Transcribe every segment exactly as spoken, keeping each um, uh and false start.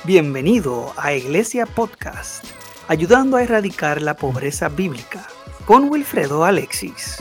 Bienvenido a Iglesia Podcast, ayudando a erradicar la pobreza bíblica, con Wilfredo Alexis.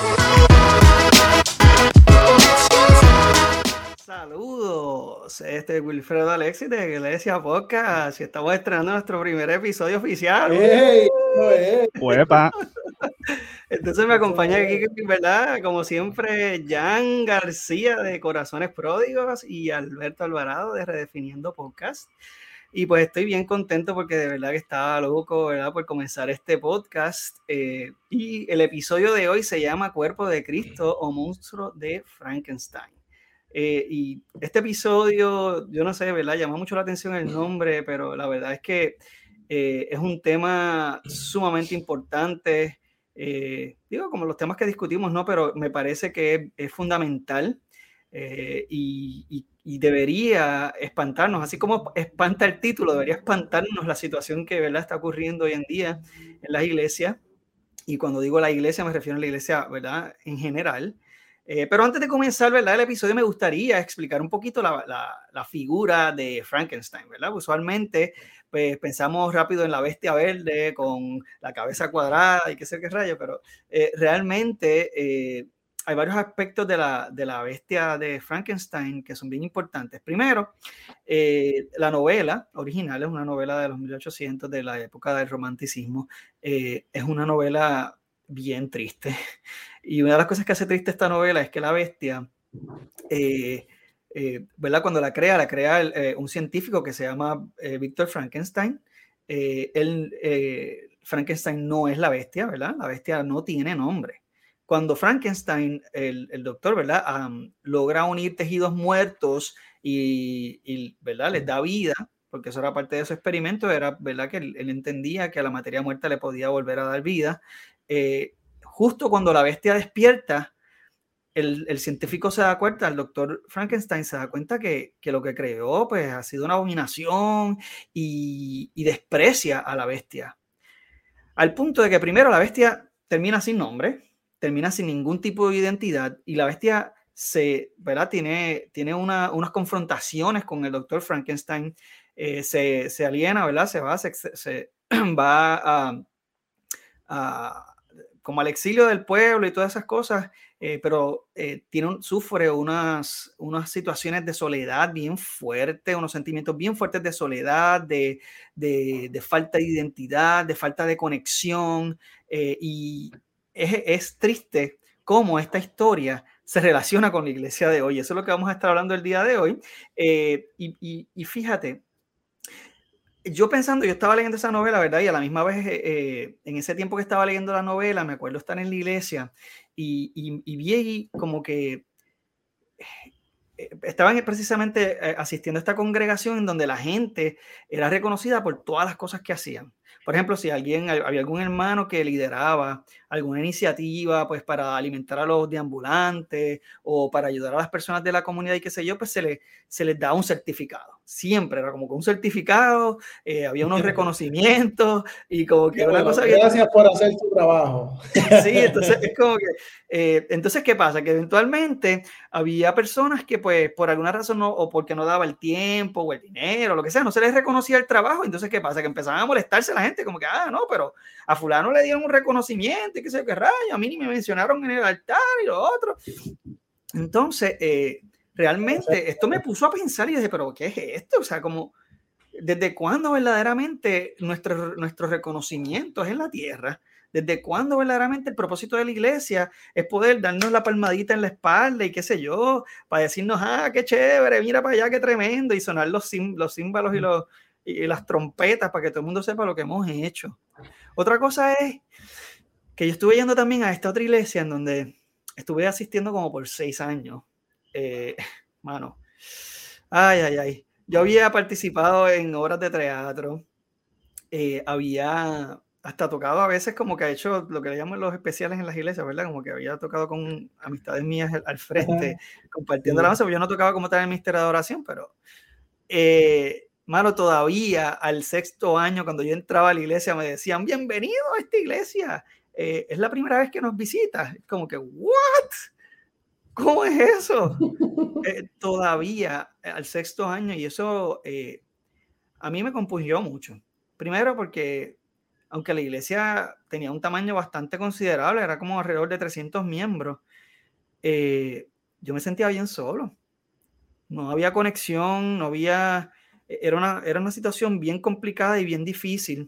Saludos, este es Wilfredo Alexis de Iglesia Podcast y estamos estrenando nuestro primer episodio oficial. ¡Ey! ¡Ey! Uepa. Entonces me acompaña aquí, ¿verdad? Como siempre, Jan García de Corazones Pródigos y Alberto Alvarado de Redefiniendo Podcast. Y pues estoy bien contento porque de verdad que estaba loco, ¿verdad? Por comenzar este podcast. Eh, y el episodio de hoy se llama Cuerpo de Cristo o Monstruo de Frankenstein. Eh, y este episodio, yo no sé, ¿verdad? Llama mucho la atención el nombre, pero la verdad es que eh, es un tema sumamente importante. Eh, digo, como los temas que discutimos, ¿no? Pero me parece que es, es fundamental eh, y, y, y debería espantarnos, así como espanta el título, debería espantarnos la situación que, ¿verdad?, está ocurriendo hoy en día en las iglesias. Y cuando digo la iglesia me refiero a la iglesia, ¿verdad?, en general. Eh, pero antes de comenzar, ¿verdad?, el episodio, me gustaría explicar un poquito la, la, la figura de Frankenstein, ¿verdad? Usualmente pues, pensamos rápido en la bestia verde con la cabeza cuadrada y qué sé qué rayo, pero eh, realmente eh, hay varios aspectos de la, de la bestia de Frankenstein que son bien importantes. Primero, eh, la novela original es una novela de los mil ochocientos, de la época del romanticismo. Eh, es una novela bien triste. Y una de las cosas que hace triste esta novela es que la bestia, eh, eh, ¿verdad? Cuando la crea, la crea el, eh, un científico que se llama eh, Victor Frankenstein. Eh, él, eh, Frankenstein no es la bestia, ¿verdad? La bestia no tiene nombre. Cuando Frankenstein, el, el doctor, ¿verdad?, Um, logra unir tejidos muertos y, y, ¿verdad?, les da vida, porque eso era parte de su experimento, era, ¿verdad?, que él, él entendía que a la materia muerta le podía volver a dar vida. Eh, justo cuando la bestia despierta, el, el científico se da cuenta, el doctor Frankenstein se da cuenta que, que lo que creó pues, ha sido una abominación y, y desprecia a la bestia. Al punto de que primero la bestia termina sin nombre, termina sin ningún tipo de identidad y la bestia se, ¿verdad?, tiene, tiene una, unas confrontaciones con el doctor Frankenstein, eh, se, se aliena, ¿verdad?, se va, se, se va a, a, como al exilio del pueblo y todas esas cosas, eh, pero eh, tiene un, sufre unas, unas situaciones de soledad bien fuertes, unos sentimientos bien fuertes de soledad, de, de, de falta de identidad, de falta de conexión, eh, y es, es triste cómo esta historia se relaciona con la iglesia de hoy. Eso es lo que vamos a estar hablando el día de hoy. Eh, y, y, y fíjate, yo pensando, yo estaba leyendo esa novela, ¿verdad? Y a la misma vez, eh, en ese tiempo que estaba leyendo la novela, me acuerdo estar en la iglesia y, y, y vi ahí como que eh, estaban precisamente eh, asistiendo a esta congregación en donde la gente era reconocida por todas las cosas que hacían. Por ejemplo, si alguien, había algún hermano que lideraba alguna iniciativa pues para alimentar a los deambulantes o para ayudar a las personas de la comunidad y qué sé yo, pues se, le, se les daba un certificado. Siempre era como que un certificado, eh, había unos reconocimientos y como que bueno, una cosa... Gracias que... por hacer tu trabajo. Sí, entonces es como que... Eh, entonces, ¿qué pasa? Que eventualmente había personas que pues por alguna razón no, o porque no daba el tiempo o el dinero, o lo que sea, no se les reconocía el trabajo. Entonces, ¿qué pasa? Que empezaban a molestarse la gente, como que, ah, no, pero a fulano le dieron un reconocimiento y qué sé yo qué rayo, a mí ni me mencionaron en el altar y lo otro. Entonces, eh, realmente esto me puso a pensar y dije, pero ¿qué es esto? O sea, como, ¿desde cuándo verdaderamente nuestro, nuestro reconocimiento es en la tierra? ¿Desde cuándo verdaderamente el propósito de la iglesia es poder darnos la palmadita en la espalda y qué sé yo, para decirnos, ah, qué chévere, mira para allá, qué tremendo, y sonar los, los címbalos y, los, y las trompetas para que todo el mundo sepa lo que hemos hecho? Otra cosa es que yo estuve yendo también a esta otra iglesia en donde estuve asistiendo como por seis años. Eh, mano, ay, ay, ay. Yo había participado en obras de teatro, eh, había hasta tocado a veces como que ha hecho lo que le llaman los especiales en las iglesias, ¿verdad? Como que había tocado con amistades mías al frente, compartiendo la mesa, porque yo no tocaba como tal en el ministerio de adoración, pero, eh, mano, todavía al sexto año, cuando yo entraba a la iglesia, me decían, bienvenido a esta iglesia, eh, es la primera vez que nos visitas. Como que, ¿what? ¿Cómo es eso? eh, todavía al sexto año, y eso... Eh, a mí me compungió mucho. Primero porque, aunque la iglesia tenía un tamaño bastante considerable, era como alrededor de trescientos miembros, eh, yo me sentía bien solo. No había conexión, no había... Era una, era una situación bien complicada y bien difícil.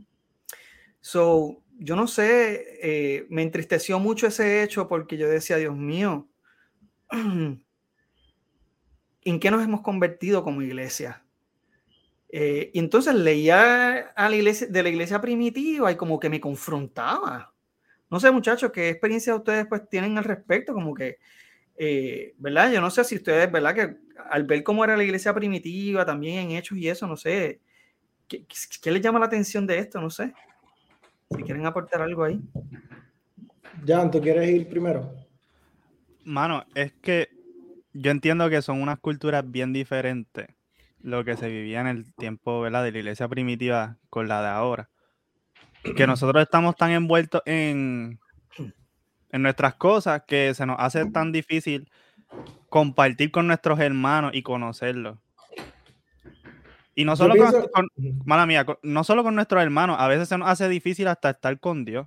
So, yo no sé, eh, me entristeció mucho ese hecho porque yo decía, Dios mío, ¿en qué nos hemos convertido como iglesia? Eh, y entonces leía a la iglesia, de la iglesia primitiva y como que me confrontaba. No sé, muchachos, qué experiencia ustedes pues tienen al respecto, como que, eh, ¿verdad? Yo no sé si ustedes, ¿verdad? Que al ver cómo era la iglesia primitiva, también en hechos y eso, no sé, ¿qué, qué les llama la atención de esto? No sé. Si quieren aportar algo ahí. Jan, ¿tú quieres ir primero? Mano, es que yo entiendo que son unas culturas bien diferentes lo que se vivía en el tiempo, ¿verdad?, de la iglesia primitiva con la de ahora. Que nosotros estamos tan envueltos en, en nuestras cosas que se nos hace tan difícil compartir con nuestros hermanos y conocerlos. Y no solo con, pienso... con, mala mía, con, no solo con nuestros hermanos, a veces se nos hace difícil hasta estar con Dios.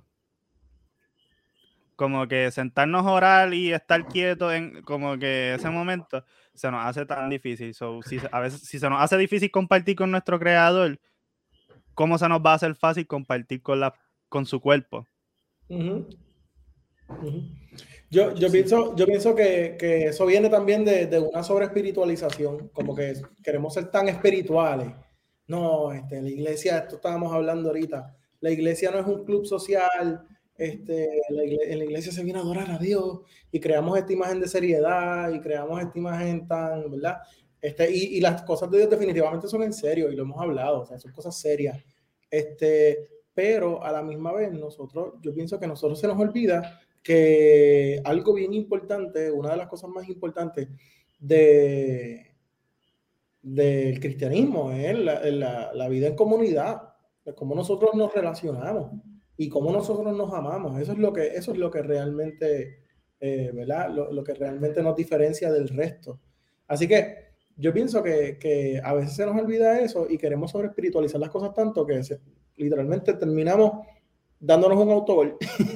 Como que sentarnos a orar y estar quietos en como que ese momento se nos hace tan difícil. So, si, a veces, si se nos hace difícil compartir con nuestro creador, ¿cómo se nos va a hacer fácil compartir con, la, con su cuerpo? Uh-huh. Uh-huh. Yo, yo, pienso, yo pienso que, que eso viene también de, de una sobreespiritualización, como que queremos ser tan espirituales. No, este, la iglesia, esto estábamos hablando ahorita, la iglesia no es un club social, este, la iglesia, en la iglesia se viene a adorar a Dios y creamos esta imagen de seriedad y creamos esta imagen tan, ¿verdad? Este, y, y las cosas de Dios definitivamente son en serio y lo hemos hablado, o sea, son cosas serias. Este, pero a la misma vez nosotros, yo pienso que a nosotros se nos olvida que algo bien importante, una de las cosas más importantes de, del cristianismo es la, la, la vida en comunidad, cómo nosotros nos relacionamos y cómo nosotros nos amamos. Eso es lo que, eso es lo que realmente, eh, ¿verdad? Lo, lo que realmente nos diferencia del resto. Así que yo pienso que, que a veces se nos olvida eso y queremos sobre espiritualizar las cosas tanto que se, literalmente terminamos dándonos un autogol.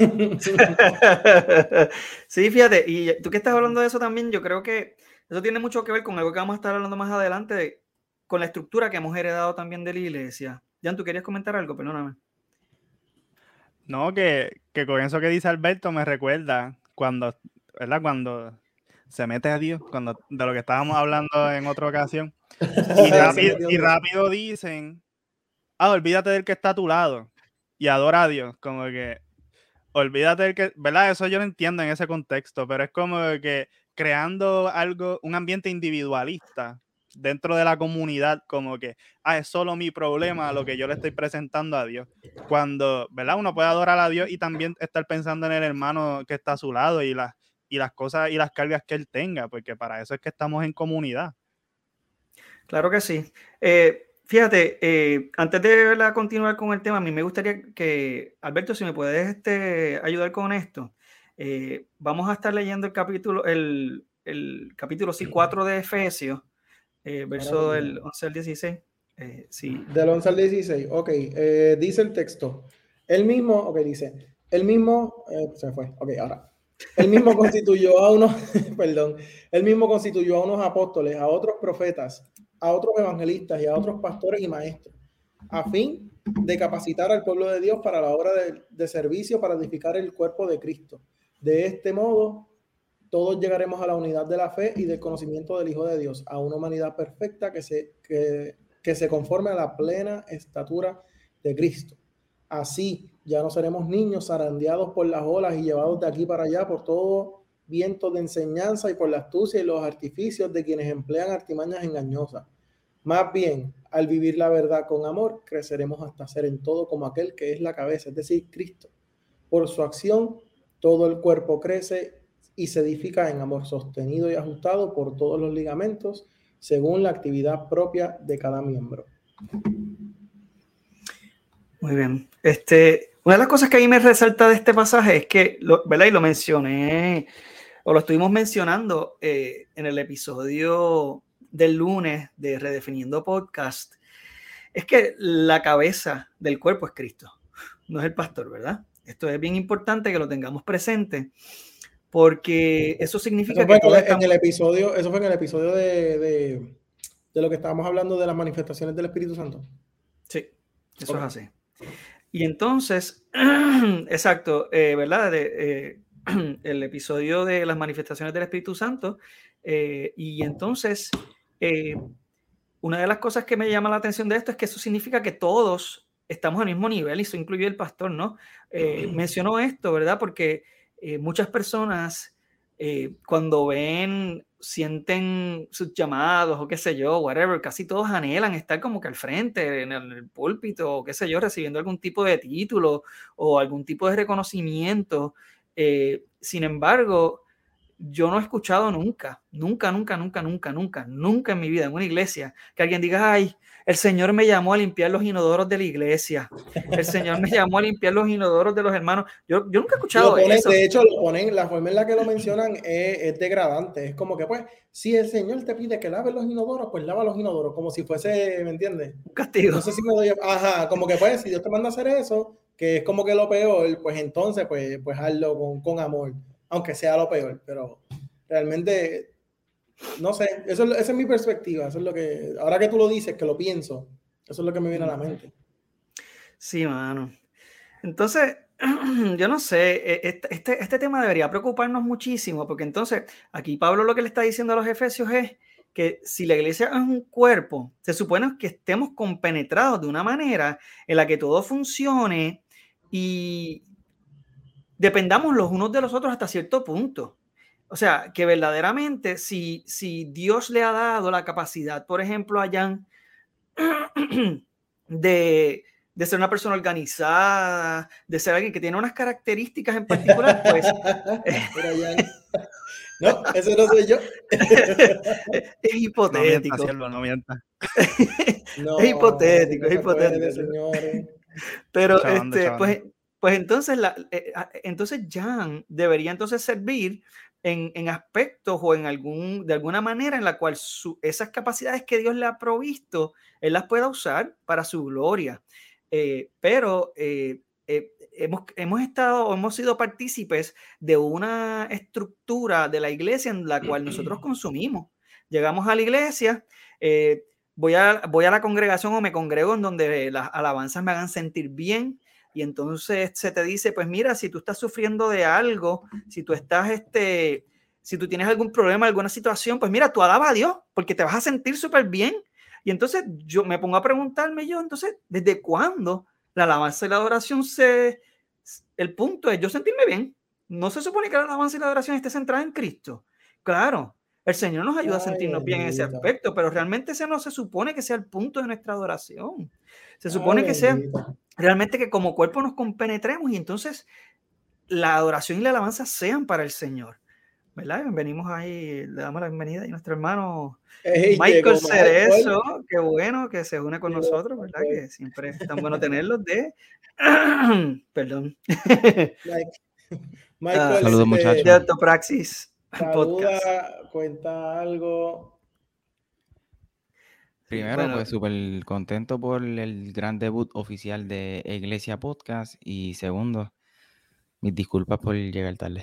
Sí, fíjate, y tú que estás hablando de eso también, yo creo que eso tiene mucho que ver con algo que vamos a estar hablando más adelante, de, con la estructura que hemos heredado también de la iglesia. Jan, ¿tú querías comentar algo? Perdóname. No, que, que con eso que dice Alberto me recuerda cuando, ¿verdad? Cuando se mete a Dios, cuando, de lo que estábamos hablando en otra ocasión, y rápido, y rápido dicen, ah, olvídate del que está a tu lado y adora a Dios, como que olvídate del que, ¿verdad? Eso yo lo entiendo en ese contexto, pero es como que creando algo, un ambiente individualista dentro de la comunidad, como que, ah, es solo mi problema lo que yo le estoy presentando a Dios. Cuando, ¿verdad? Uno puede adorar a Dios y también estar pensando en el hermano que está a su lado y las, y las cosas y las cargas que él tenga, porque para eso es que estamos en comunidad. Claro que sí. Eh, Fíjate, eh, antes de ¿verdad? continuar con el tema, a mí me gustaría que, Alberto, si me puedes este, ayudar con esto. Eh, vamos a estar leyendo el capítulo, el, el capítulo sí, cuatro de Efesios, eh, verso del once al dieciséis. Eh, sí. Del once al dieciséis, ok. Eh, dice el texto. El mismo, ok, dice. El mismo, eh, se me fue, ok, ahora. El mismo constituyó a unos, perdón, el mismo constituyó a unos apóstoles, a otros profetas, a otros evangelistas y a otros pastores y maestros, a fin de capacitar al pueblo de Dios para la obra de, de servicio, para edificar el cuerpo de Cristo. De este modo, todos llegaremos a la unidad de la fe y del conocimiento del Hijo de Dios, a una humanidad perfecta que se, que, que se conforme a la plena estatura de Cristo. Así ya no seremos niños zarandeados por las olas y llevados de aquí para allá por todo viento de enseñanza y por la astucia y los artificios de quienes emplean artimañas engañosas. Más bien, al vivir la verdad con amor, creceremos hasta ser en todo como aquel que es la cabeza, es decir, Cristo. Por su acción, todo el cuerpo crece y se edifica en amor, sostenido y ajustado por todos los ligamentos, según la actividad propia de cada miembro. Muy bien. Este, una de las cosas que a mí me resalta de este pasaje es que, lo, ¿verdad? Y lo mencioné, o lo estuvimos mencionando eh, en el episodio del lunes de Redefiniendo Podcast, es que la cabeza del cuerpo es Cristo, no es el pastor, ¿verdad? Esto es bien importante que lo tengamos presente, porque eso significa eso fue que todos en, estamos... el episodio, eso fue en el episodio de, de, de lo que estábamos hablando de las manifestaciones del Espíritu Santo. Sí, eso okay. es así. Y entonces, exacto, eh, ¿verdad? De, eh, el episodio de las manifestaciones del Espíritu Santo, eh, y entonces, eh, una de las cosas que me llama la atención de esto es que eso significa que todos estamos al mismo nivel, y eso incluye el pastor, ¿no? Eh, mencionó esto, ¿verdad? Porque eh, muchas personas eh, cuando ven, sienten sus llamados o qué sé yo, whatever, casi todos anhelan estar como que al frente, en el, en el púlpito, o qué sé yo, recibiendo algún tipo de título o algún tipo de reconocimiento. Eh, sin embargo, yo no he escuchado nunca, nunca, nunca, nunca, nunca, nunca, nunca en mi vida en una iglesia que alguien diga, ay, el Señor me llamó a limpiar los inodoros de la iglesia, el Señor me llamó a limpiar los inodoros de los hermanos. Yo, yo nunca he escuchado lo ponen, eso. De hecho, lo ponen, la forma en la que lo mencionan es, es degradante. Es como que, pues, si el Señor te pide que laves los inodoros, pues lava los inodoros, como si fuese, ¿me entiendes? Un castigo. No sé si me doy, ajá, como que, pues, si Dios te manda a hacer eso, que es como que lo peor, pues entonces, pues, pues hazlo con, con amor, aunque sea lo peor, pero realmente, no sé, eso, esa es mi perspectiva, eso es lo que, ahora que tú lo dices, que lo pienso, eso es lo que me viene a la mente. Sí, mano. Entonces, yo no sé, este, este, este tema debería preocuparnos muchísimo, porque entonces aquí Pablo lo que le está diciendo a los efesios es que si la iglesia es un cuerpo, se supone que estemos compenetrados de una manera en la que todo funcione y dependamos los unos de los otros hasta cierto punto. O sea, que verdaderamente si, si Dios le ha dado la capacidad, por ejemplo, a Jan, de, de ser una persona organizada, de ser alguien que tiene unas características en particular, pues... no, ese no soy yo. Es hipotético. No mienta, siervo, no mienta. No, es hipotético, no es hipotético. Puede, señores. Pero chavando, este, chavando. pues, pues entonces, la, eh, entonces Jan debería entonces servir en, en aspectos o en algún, de alguna manera en la cual su, esas capacidades que Dios le ha provisto, él las pueda usar para su gloria. Eh, pero eh, eh, hemos, hemos estado, hemos sido partícipes de una estructura de la iglesia en la cual nosotros consumimos. Llegamos a la iglesia, eh, voy a, voy a la congregación o me congrego en donde las alabanzas me hagan sentir bien. Y entonces se te dice, pues mira, si tú estás sufriendo de algo, si tú estás, este, si tú tienes algún problema, alguna situación, pues mira, tú alaba a Dios porque te vas a sentir súper bien. Y entonces yo me pongo a preguntarme yo, entonces, ¿desde cuándo la alabanza y la adoración se... El punto es yo sentirme bien? No se supone que la alabanza y la adoración esté centrada en Cristo. Claro, el Señor nos ayuda Ay, a sentirnos bien en ese aspecto, pero realmente ese no se supone que sea el punto de nuestra adoración. Se supone Ay, que sea realmente que como cuerpo nos compenetremos y entonces la adoración y la alabanza sean para el Señor. ¿Verdad? Venimos ahí, le damos la bienvenida a nuestro hermano hey, Michael Cerezo, qué bueno que se une con llegó, nosotros, ¿verdad? Okay. Que siempre es tan bueno tenerlos de... Perdón. Mike. Michael, uh, saludos, muchachos. De Ortopraxis. Saluda, podcast. Cuenta algo. Primero, bueno, pues súper contento por el gran debut oficial de Iglesia Podcast. Y segundo, mis disculpas por llegar tarde.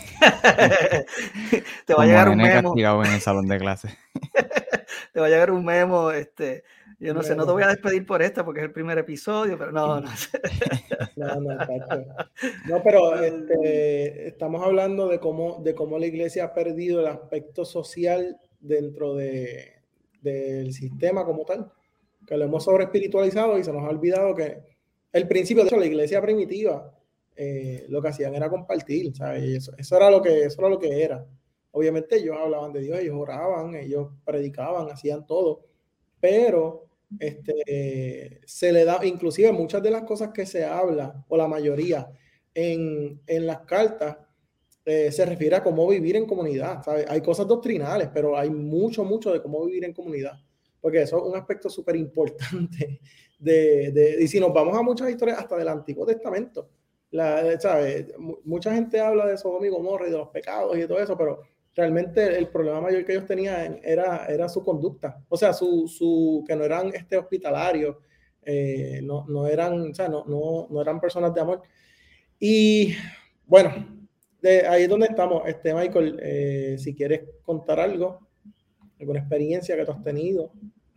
Te va a llegar un memo. castigado en el salón de clase. Te va a llegar un memo. Este, yo no bueno. sé, no te voy a despedir por esta porque es el primer episodio, pero no, no. no, no, no, pero este, estamos hablando de cómo, de cómo la iglesia ha perdido el aspecto social dentro de del sistema como tal, que lo hemos sobre espiritualizado y se nos ha olvidado que el principio de eso, la iglesia primitiva, eh, lo que hacían era compartir, ¿sabes? Eso, eso, era lo que, eso era lo que era. Obviamente ellos hablaban de Dios, ellos oraban, ellos predicaban, hacían todo, pero este, eh, se le da, inclusive muchas de las cosas que se habla, o la mayoría, en, en las cartas, Eh, se refiere a cómo vivir en comunidad, ¿sabes? Hay cosas doctrinales, pero hay mucho, mucho de cómo vivir en comunidad, porque eso es un aspecto súper importante. De, de, y si nos vamos a muchas historias, hasta del Antiguo Testamento, la, ¿sabes? Mucha gente habla de Sodoma y Gomorra y de los pecados y todo eso, pero realmente el problema mayor que ellos tenían era, era su conducta, o sea, su, su, que no eran este, hospitalarios, eh, no, no, eran, o sea, no, no, no eran personas de amor. Y bueno, de ahí es donde estamos. Este, Michael, eh, si quieres contar algo, alguna experiencia que tú has tenido.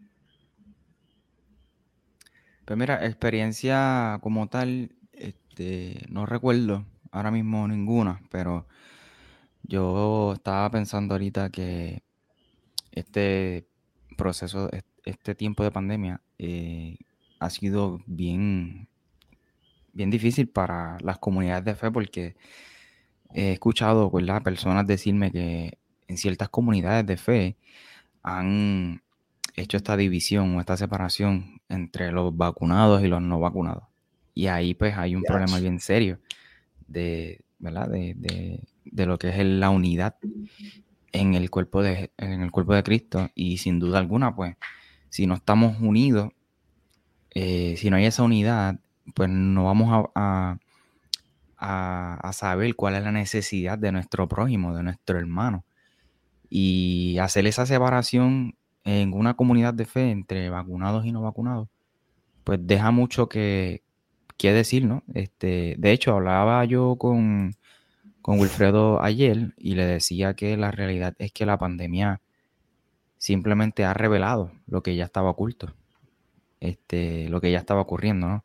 Pues mira, experiencia como tal, este, no recuerdo ahora mismo ninguna, pero yo estaba pensando ahorita que este proceso, este tiempo de pandemia eh, ha sido bien, bien difícil para las comunidades de fe, porque he escuchado, ¿verdad?, personas decirme que en ciertas comunidades de fe han hecho esta división o esta separación entre los vacunados y los no vacunados. Y ahí pues hay un problema bien serio de, ¿verdad?, de, de, de lo que es la unidad en el cuerpo de, en el cuerpo de Cristo. Y sin duda alguna, pues, si no estamos unidos, eh, si no hay esa unidad, pues no vamos a, a, a, a saber cuál es la necesidad de nuestro prójimo, de nuestro hermano. Y hacer esa separación en una comunidad de fe entre vacunados y no vacunados, pues deja mucho que, que decir, ¿no? Este, de hecho, hablaba yo con, con Wilfredo ayer y le decía que la realidad es que la pandemia simplemente ha revelado lo que ya estaba oculto, este, lo que ya estaba ocurriendo, ¿no?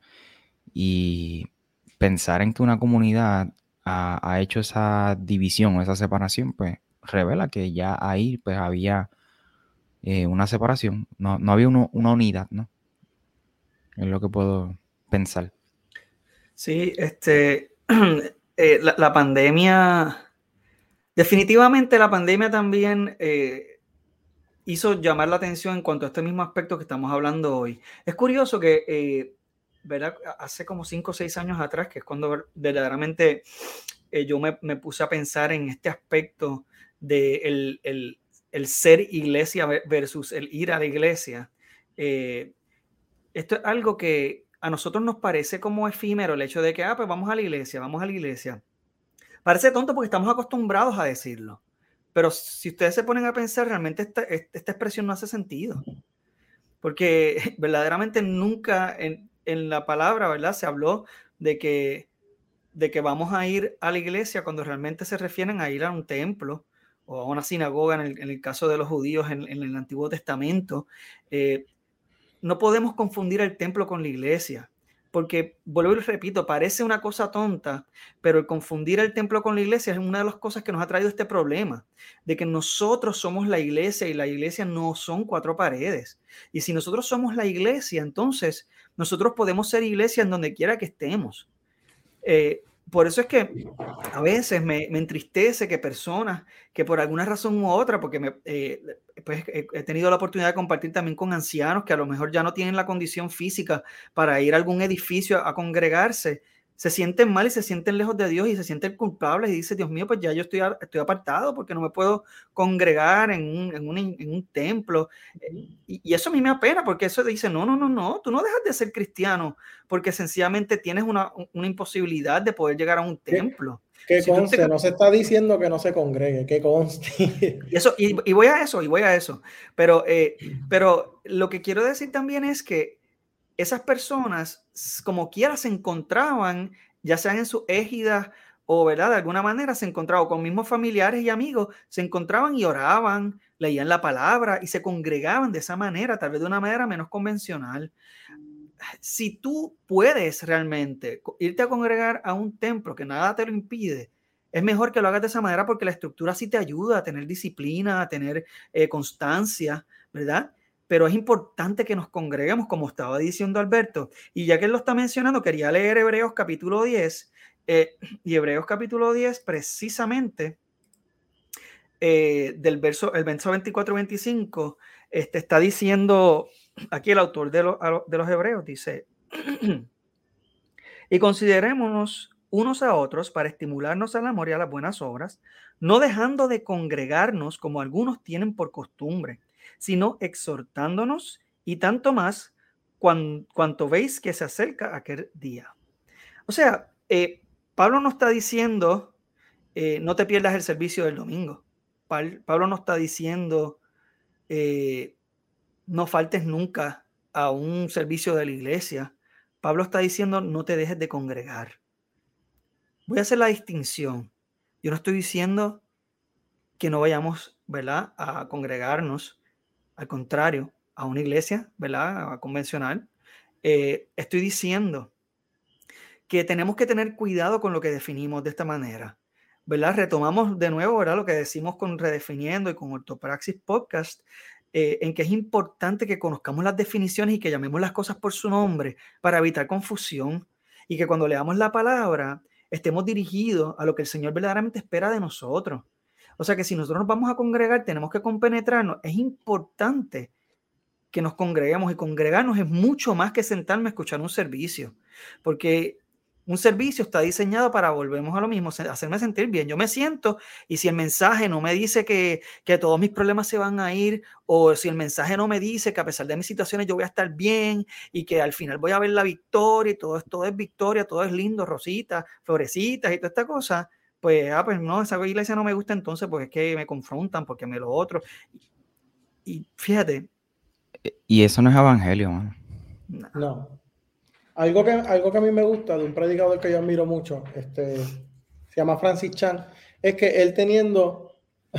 Y pensar en que una comunidad ha, ha hecho esa división o esa separación, pues revela que ya ahí pues había eh, una separación, no, no había uno, una unidad, ¿no? Es lo que puedo pensar. Sí, este, eh, la, la pandemia, definitivamente la pandemia también eh, hizo llamar la atención en cuanto a este mismo aspecto que estamos hablando hoy. Es curioso que, eh, ¿verdad? Hace como cinco o seis años atrás, que es cuando verdaderamente eh, yo me, me puse a pensar en este aspecto de el, el, el ser iglesia versus el ir a la iglesia. Eh, esto es algo que a nosotros nos parece como efímero, el hecho de que, ah, pues vamos a la iglesia, vamos a la iglesia. Parece tonto porque estamos acostumbrados a decirlo. Pero si ustedes se ponen a pensar, realmente esta, esta expresión no hace sentido. Porque verdaderamente nunca en, en la palabra, ¿verdad?, se habló de que, de que vamos a ir a la iglesia cuando realmente se refieren a ir a un templo o a una sinagoga, en el, en el caso de los judíos en, en el Antiguo Testamento. Eh, no podemos confundir el templo con la iglesia, porque, vuelvo y repito, parece una cosa tonta, pero el confundir el templo con la iglesia es una de las cosas que nos ha traído este problema, de que nosotros somos la iglesia y la iglesia no son cuatro paredes. Y si nosotros somos la iglesia, entonces nosotros podemos ser iglesia en donde quiera que estemos. Eh, por eso es que a veces me, me entristece que personas que por alguna razón u otra, porque me, eh, pues he, he tenido la oportunidad de compartir también con ancianos que a lo mejor ya no tienen la condición física para ir a algún edificio a, a congregarse, se sienten mal y se sienten lejos de Dios y se sienten culpables y dicen, Dios mío, pues ya yo estoy, estoy apartado porque no me puedo congregar en un, en un, en un templo. Y, y eso a mí me apena porque eso dice, no, no, no, no, tú no dejas de ser cristiano porque sencillamente tienes una, una imposibilidad de poder llegar a un templo. Que si conste, te... no se está diciendo que no se congregue, que conste. Y, eso, y, y voy a eso, y voy a eso. Pero, eh, pero lo que quiero decir también es que esas personas, como quiera, se encontraban, ya sean en sus égidas o, ¿verdad?, de alguna manera se encontraban con mismos familiares y amigos, se encontraban y oraban, leían la palabra y se congregaban de esa manera, tal vez de una manera menos convencional. Si tú puedes realmente irte a congregar a un templo que nada te lo impide, es mejor que lo hagas de esa manera porque la estructura sí te ayuda a tener disciplina, a tener eh, constancia, ¿verdad? Pero es importante que nos congreguemos, como estaba diciendo Alberto. Y ya que él lo está mencionando, quería leer Hebreos capítulo diez. Eh, y Hebreos capítulo diez, precisamente, eh, del verso, el verso veinticuatro veinticinco, este, está diciendo, aquí el autor de, lo, de los Hebreos dice, y considerémonos unos a otros para estimularnos al amor y a las buenas obras, no dejando de congregarnos como algunos tienen por costumbre, sino exhortándonos y tanto más cuan, cuanto veis que se acerca aquel día. O sea, eh, Pablo no está diciendo eh, no te pierdas el servicio del domingo. Pablo no está diciendo eh, no faltes nunca a un servicio de la iglesia, Pablo está diciendo no te dejes de congregar. Voy a hacer la distinción. Yo no estoy diciendo que no vayamos, ¿verdad?, a congregarnos, al contrario, a una iglesia, ¿verdad?, convencional. Eh, estoy diciendo que tenemos que tener cuidado con lo que definimos de esta manera, ¿verdad? Retomamos de nuevo, ¿verdad?, lo que decimos con Redefiniendo y con Ortopraxis Podcast, eh, en que es importante que conozcamos las definiciones y que llamemos las cosas por su nombre para evitar confusión, y que cuando leamos la palabra estemos dirigidos a lo que el Señor verdaderamente espera de nosotros. O sea que si nosotros nos vamos a congregar, tenemos que compenetrarnos. Es importante que nos congreguemos, y congregarnos es mucho más que sentarme a escuchar un servicio, porque un servicio está diseñado para, volvemos a lo mismo, hacerme sentir bien. Yo me siento, y si el mensaje no me dice que, que todos mis problemas se van a ir, o si el mensaje no me dice que a pesar de mis situaciones yo voy a estar bien y que al final voy a ver la victoria y todo, todo es victoria, todo es lindo, rositas, florecitas y toda esta cosa, pues, ah, pues no, esa iglesia no me gusta, entonces pues es que me confrontan porque me lo otro. Y, y fíjate. Y eso no es evangelio, mano. No. no. Algo que, algo que a mí me gusta de un predicador que yo admiro mucho, este, se llama Francis Chan, es que él teniendo,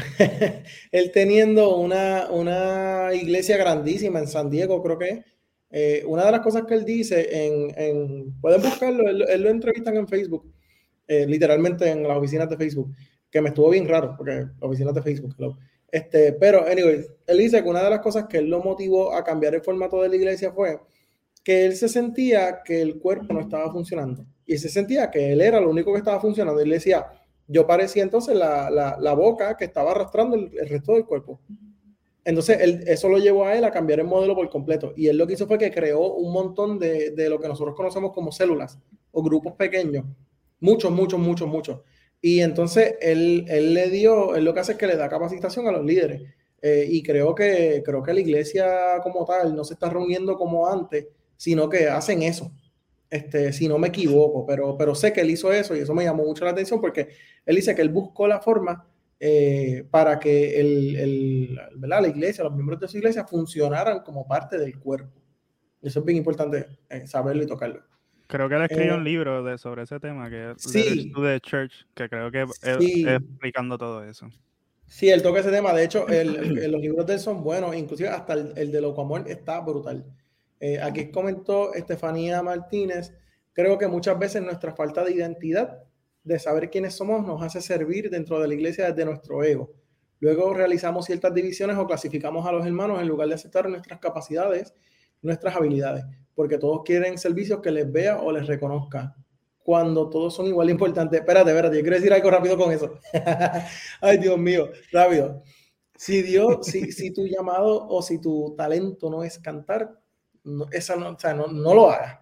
él teniendo una, una iglesia grandísima en San Diego, creo que es, eh, una de las cosas que él dice, en, en pueden buscarlo, él, él lo entrevistan en Facebook, eh, literalmente en las oficinas de Facebook, que me estuvo bien raro, porque oficinas de Facebook, hello. Este, pero, anyway, él dice que una de las cosas que él lo motivó a cambiar el formato de la iglesia fue que él se sentía que el cuerpo no estaba funcionando, y se sentía que él era lo único que estaba funcionando, y le decía, yo parecía entonces la, la, la boca que estaba arrastrando el, el resto del cuerpo. Entonces él, eso lo llevó a él a cambiar el modelo por completo, y él lo que hizo fue que creó un montón de, de lo que nosotros conocemos como células o grupos pequeños, muchos, muchos, muchos, muchos, y entonces él, él le dio, él lo que hace es que le da capacitación a los líderes, eh, y creo que, creo que la iglesia como tal no se está reuniendo como antes, sino que hacen eso, este, si no me equivoco, pero, pero sé que él hizo eso, y eso me llamó mucho la atención, porque él dice que él buscó la forma eh, para que el, el, ¿verdad?, la iglesia, los miembros de su iglesia funcionaran como parte del cuerpo. Eso es bien importante eh, saberlo y tocarlo. Creo que él escribió eh, un libro de, sobre ese tema, que es sí, Letters to the Church, que creo que es, sí. es explicando todo eso. Sí, él toca ese tema. De hecho, el, el, los libros de él son buenos, inclusive hasta el, el de Locoamor está brutal. Eh, aquí comentó Estefanía Martínez, creo que muchas veces nuestra falta de identidad, de saber quiénes somos, nos hace servir dentro de la iglesia desde nuestro ego. Luego realizamos ciertas divisiones o clasificamos a los hermanos en lugar de aceptar nuestras capacidades, nuestras habilidades, porque todos quieren servicios que les vea o les reconozca, cuando todos son igual de importantes. Espérate, espérate, yo quiero decir algo rápido con eso. Ay, Dios mío, rápido. Si Dios, si, si tu llamado o si tu talento no es cantar, no, esa no, o sea, no, no lo hagas.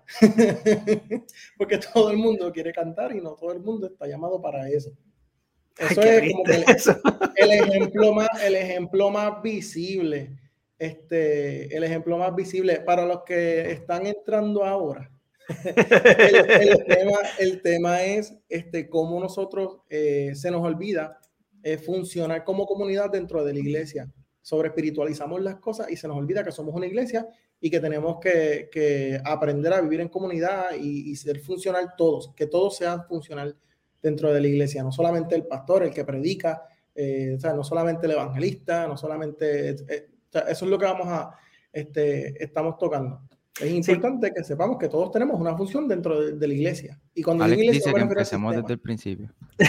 Porque todo el mundo quiere cantar y no todo el mundo está llamado para eso. Eso Ay, es como que el, el, ejemplo más, el ejemplo más visible. Este, el ejemplo más visible para los que están entrando ahora. el, el, tema, el tema es este, cómo nosotros eh, se nos olvida eh, funcionar como comunidad dentro de la iglesia. Sobre espiritualizamos las cosas y se nos olvida que somos una iglesia y que tenemos que, que aprender a vivir en comunidad y, y ser funcional todos, que todos sean funcional dentro de la iglesia, no solamente el pastor, el que predica, eh, o sea, no solamente el evangelista, no solamente, eh, o sea, eso es lo que vamos a, este, estamos tocando. Es importante sí. que sepamos que todos tenemos una función dentro de, de la iglesia. Y cuando Alex iglesia, dice que empecemos desde el principio.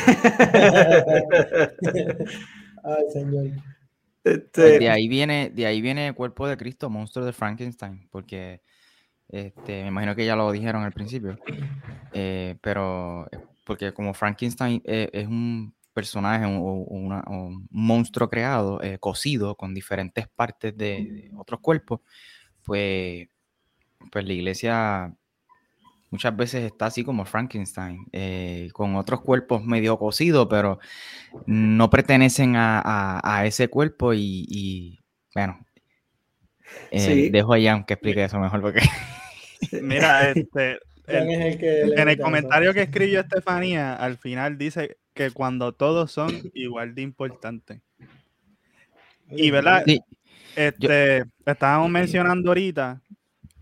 Ay, Señor. Este... De ahí viene, de ahí viene el cuerpo de Cristo, monstruo de Frankenstein, porque este, me imagino que ya lo dijeron al principio, eh, pero porque como Frankenstein eh, es un personaje o un, una, un monstruo creado, eh, cosido con diferentes partes de, de otros cuerpos, pues, pues la iglesia muchas veces está así como Frankenstein, eh, con otros cuerpos medio cosidos, pero no pertenecen a, a, a ese cuerpo y, y bueno, eh, sí. dejo a Jan que explique eso mejor porque... Mira, este, el, es el que en el comentario eso. que escribió Estefanía, al final dice que cuando todos son igual de importantes. Y verdad, sí. este, Yo... estábamos mencionando ahorita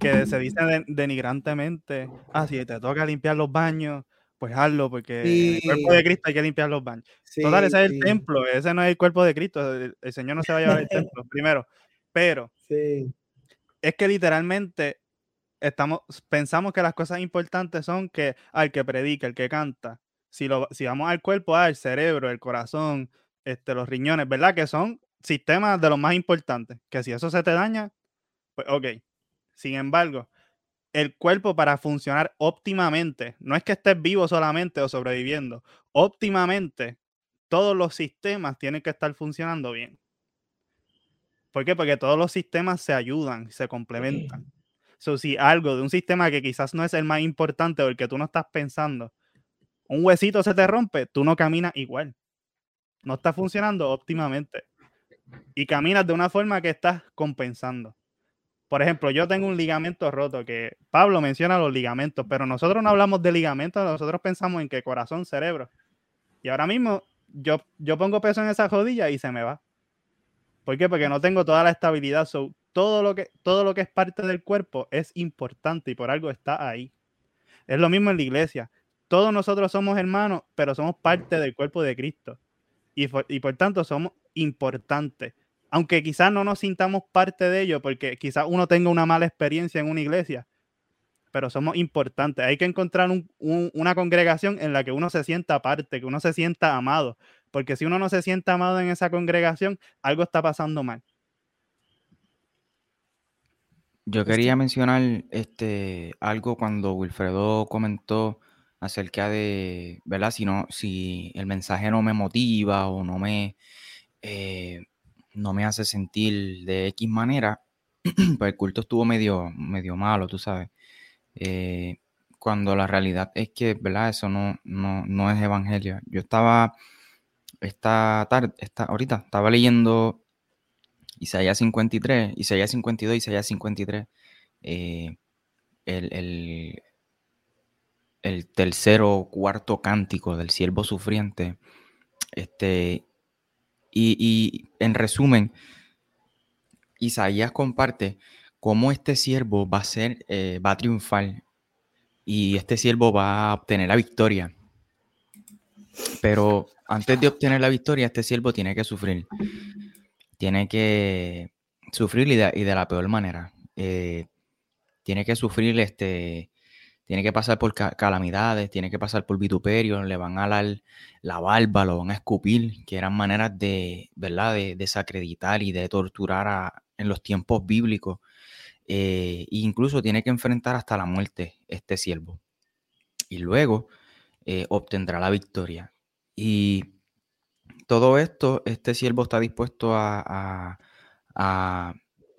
que se dice de, denigrantemente, ah, si te toca limpiar los baños, pues hazlo, porque Sí. en el cuerpo de Cristo hay que limpiar los baños. Sí, Total, ese es sí. el templo, ese no es el cuerpo de Cristo, el, el Señor no se va a llevar el templo, primero. Pero Sí. es que literalmente estamos, pensamos que las cosas importantes son que al que predica, el que canta. Si, lo, si vamos al cuerpo, al cerebro, el corazón, este, los riñones, ¿verdad? Que son sistemas de los más importantes. Que si eso se te daña, pues ok. Sin embargo, el cuerpo para funcionar óptimamente, no es que estés vivo solamente o sobreviviendo, óptimamente todos los sistemas tienen que estar funcionando bien. ¿Por qué? Porque todos los sistemas se ayudan, se complementan. So, si algo de un sistema que quizás no es el más importante o el que tú no estás pensando, un huesito se te rompe, tú no caminas igual. No está funcionando óptimamente. Y caminas de una forma que estás compensando. Por ejemplo, yo tengo un ligamento roto, que Pablo menciona los ligamentos, pero nosotros no hablamos de ligamentos, nosotros pensamos en que corazón, cerebro. Y ahora mismo yo, yo pongo peso en esa rodilla y se me va. ¿Por qué? Porque no tengo toda la estabilidad. So, todo, lo que, todo lo que es parte del cuerpo es importante y por algo está ahí. Es lo mismo en la iglesia. Todos nosotros somos hermanos, pero somos parte del cuerpo de Cristo. Y por, y por tanto somos importantes. Aunque quizás no nos sintamos parte de ello, porque quizás uno tenga una mala experiencia en una iglesia, pero somos importantes. Hay que encontrar un, un, una congregación en la que uno se sienta parte, que uno se sienta amado. Porque si uno no se sienta amado en esa congregación, algo está pasando mal. Yo quería mencionar este, algo cuando Wilfredo comentó acerca de, ¿verdad? Si, no, si el mensaje no me motiva o no me, eh, no me hace sentir de X manera, pues el culto estuvo medio, medio malo, tú sabes. Eh, cuando la realidad es que, ¿verdad? Eso no, no, no es evangelio. Yo estaba, esta tarde, esta, ahorita, estaba leyendo Isaías cincuenta y tres, Isaías cincuenta y dos, Isaías cincuenta y tres. Eh, el, el, el tercero o cuarto cántico del siervo sufriente. Este, y, y en resumen, Isaías comparte cómo este siervo va a ser, eh, va a triunfar y este siervo va a obtener la victoria. Pero antes de obtener la victoria, este siervo tiene que sufrir. Tiene que sufrir y de, y de la peor manera. Eh, tiene que sufrir, este, tiene que pasar por ca calamidades, tiene que pasar por vituperio, le van a dar la barba, lo van a escupir, que eran maneras de, ¿verdad?, de desacreditar y de torturar a, en los tiempos bíblicos. Eh, e incluso tiene que enfrentar hasta la muerte este siervo. Y luego eh, obtendrá la victoria. Y todo esto, este siervo está dispuesto a, a, a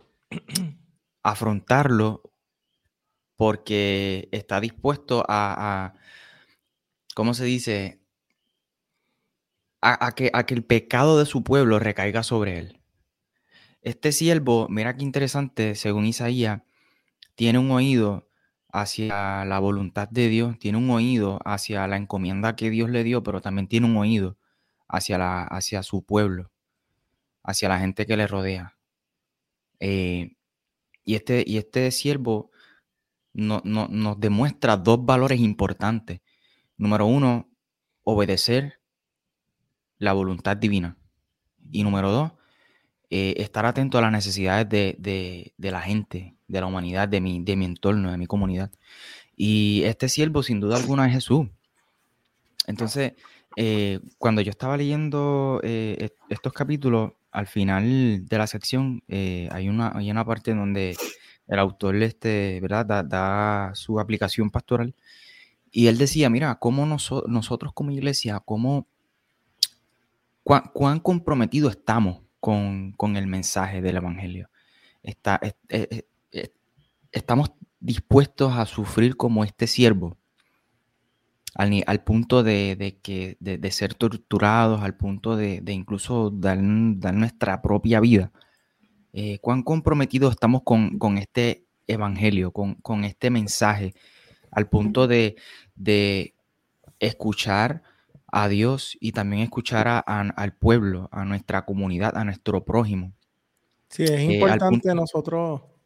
afrontarlo porque está dispuesto a, a ¿cómo se dice? A, a, que, a que el pecado de su pueblo recaiga sobre él. Este siervo, mira qué interesante, según Isaías, tiene un oído hacia la voluntad de Dios, tiene un oído hacia la encomienda que Dios le dio, pero también tiene un oído hacia, la, hacia su pueblo, hacia la gente que le rodea. Eh, y, este, y este siervo no, no, nos demuestra dos valores importantes. Número uno, obedecer la voluntad divina. Y número dos, eh, estar atento a las necesidades de, de, de la gente, de la humanidad, de mi, de mi entorno, de mi comunidad. Y este siervo, sin duda alguna, es Jesús. Entonces, eh, cuando yo estaba leyendo eh, estos capítulos, al final de la sección eh, hay, una, hay una parte donde el autor este, ¿verdad? Da, da su aplicación pastoral y él decía, mira, cómo noso nosotros como iglesia, cómo, cuán, cuán comprometido estamos con, con el mensaje del evangelio. Está, es, es, es, estamos dispuestos a sufrir como este siervo. Al, al punto de, de, que, de, de ser torturados, al punto de, de incluso dar, dar nuestra propia vida. Eh, ¿Cuán comprometidos estamos con, con este evangelio, con, con este mensaje, al punto de, de escuchar a Dios y también escuchar a, a, al pueblo, a nuestra comunidad, a nuestro prójimo? Sí, es importante eh, nosotros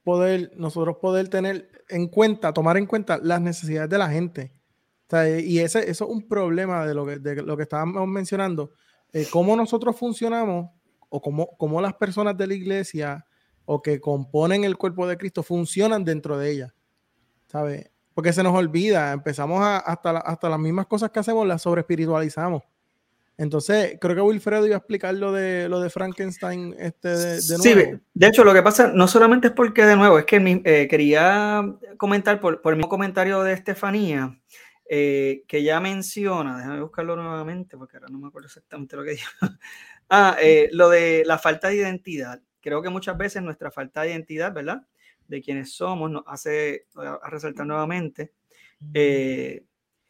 poder, nosotros poder tener en cuenta, tomar en cuenta las necesidades de la gente. O sea, y ese, eso es un problema de lo que, de lo que estábamos mencionando. Eh, cómo nosotros funcionamos o cómo, cómo las personas de la iglesia o que componen el cuerpo de Cristo funcionan dentro de ella, ¿sabes? Porque se nos olvida, empezamos a, hasta, la, hasta las mismas cosas que hacemos las sobreespiritualizamos. Entonces, creo que Wilfredo iba a explicar lo de, lo de Frankenstein este de, de nuevo. Sí, de hecho, lo que pasa no solamente es porque, de nuevo, es que eh, quería comentar por, por el mismo comentario de Estefanía, eh, que ya menciona, déjame buscarlo nuevamente, porque ahora no me acuerdo exactamente lo que dijo. ah, eh, lo de la falta de identidad. Creo que muchas veces nuestra falta de identidad, ¿verdad? De quienes somos, nos hace, a resaltar nuevamente, eh,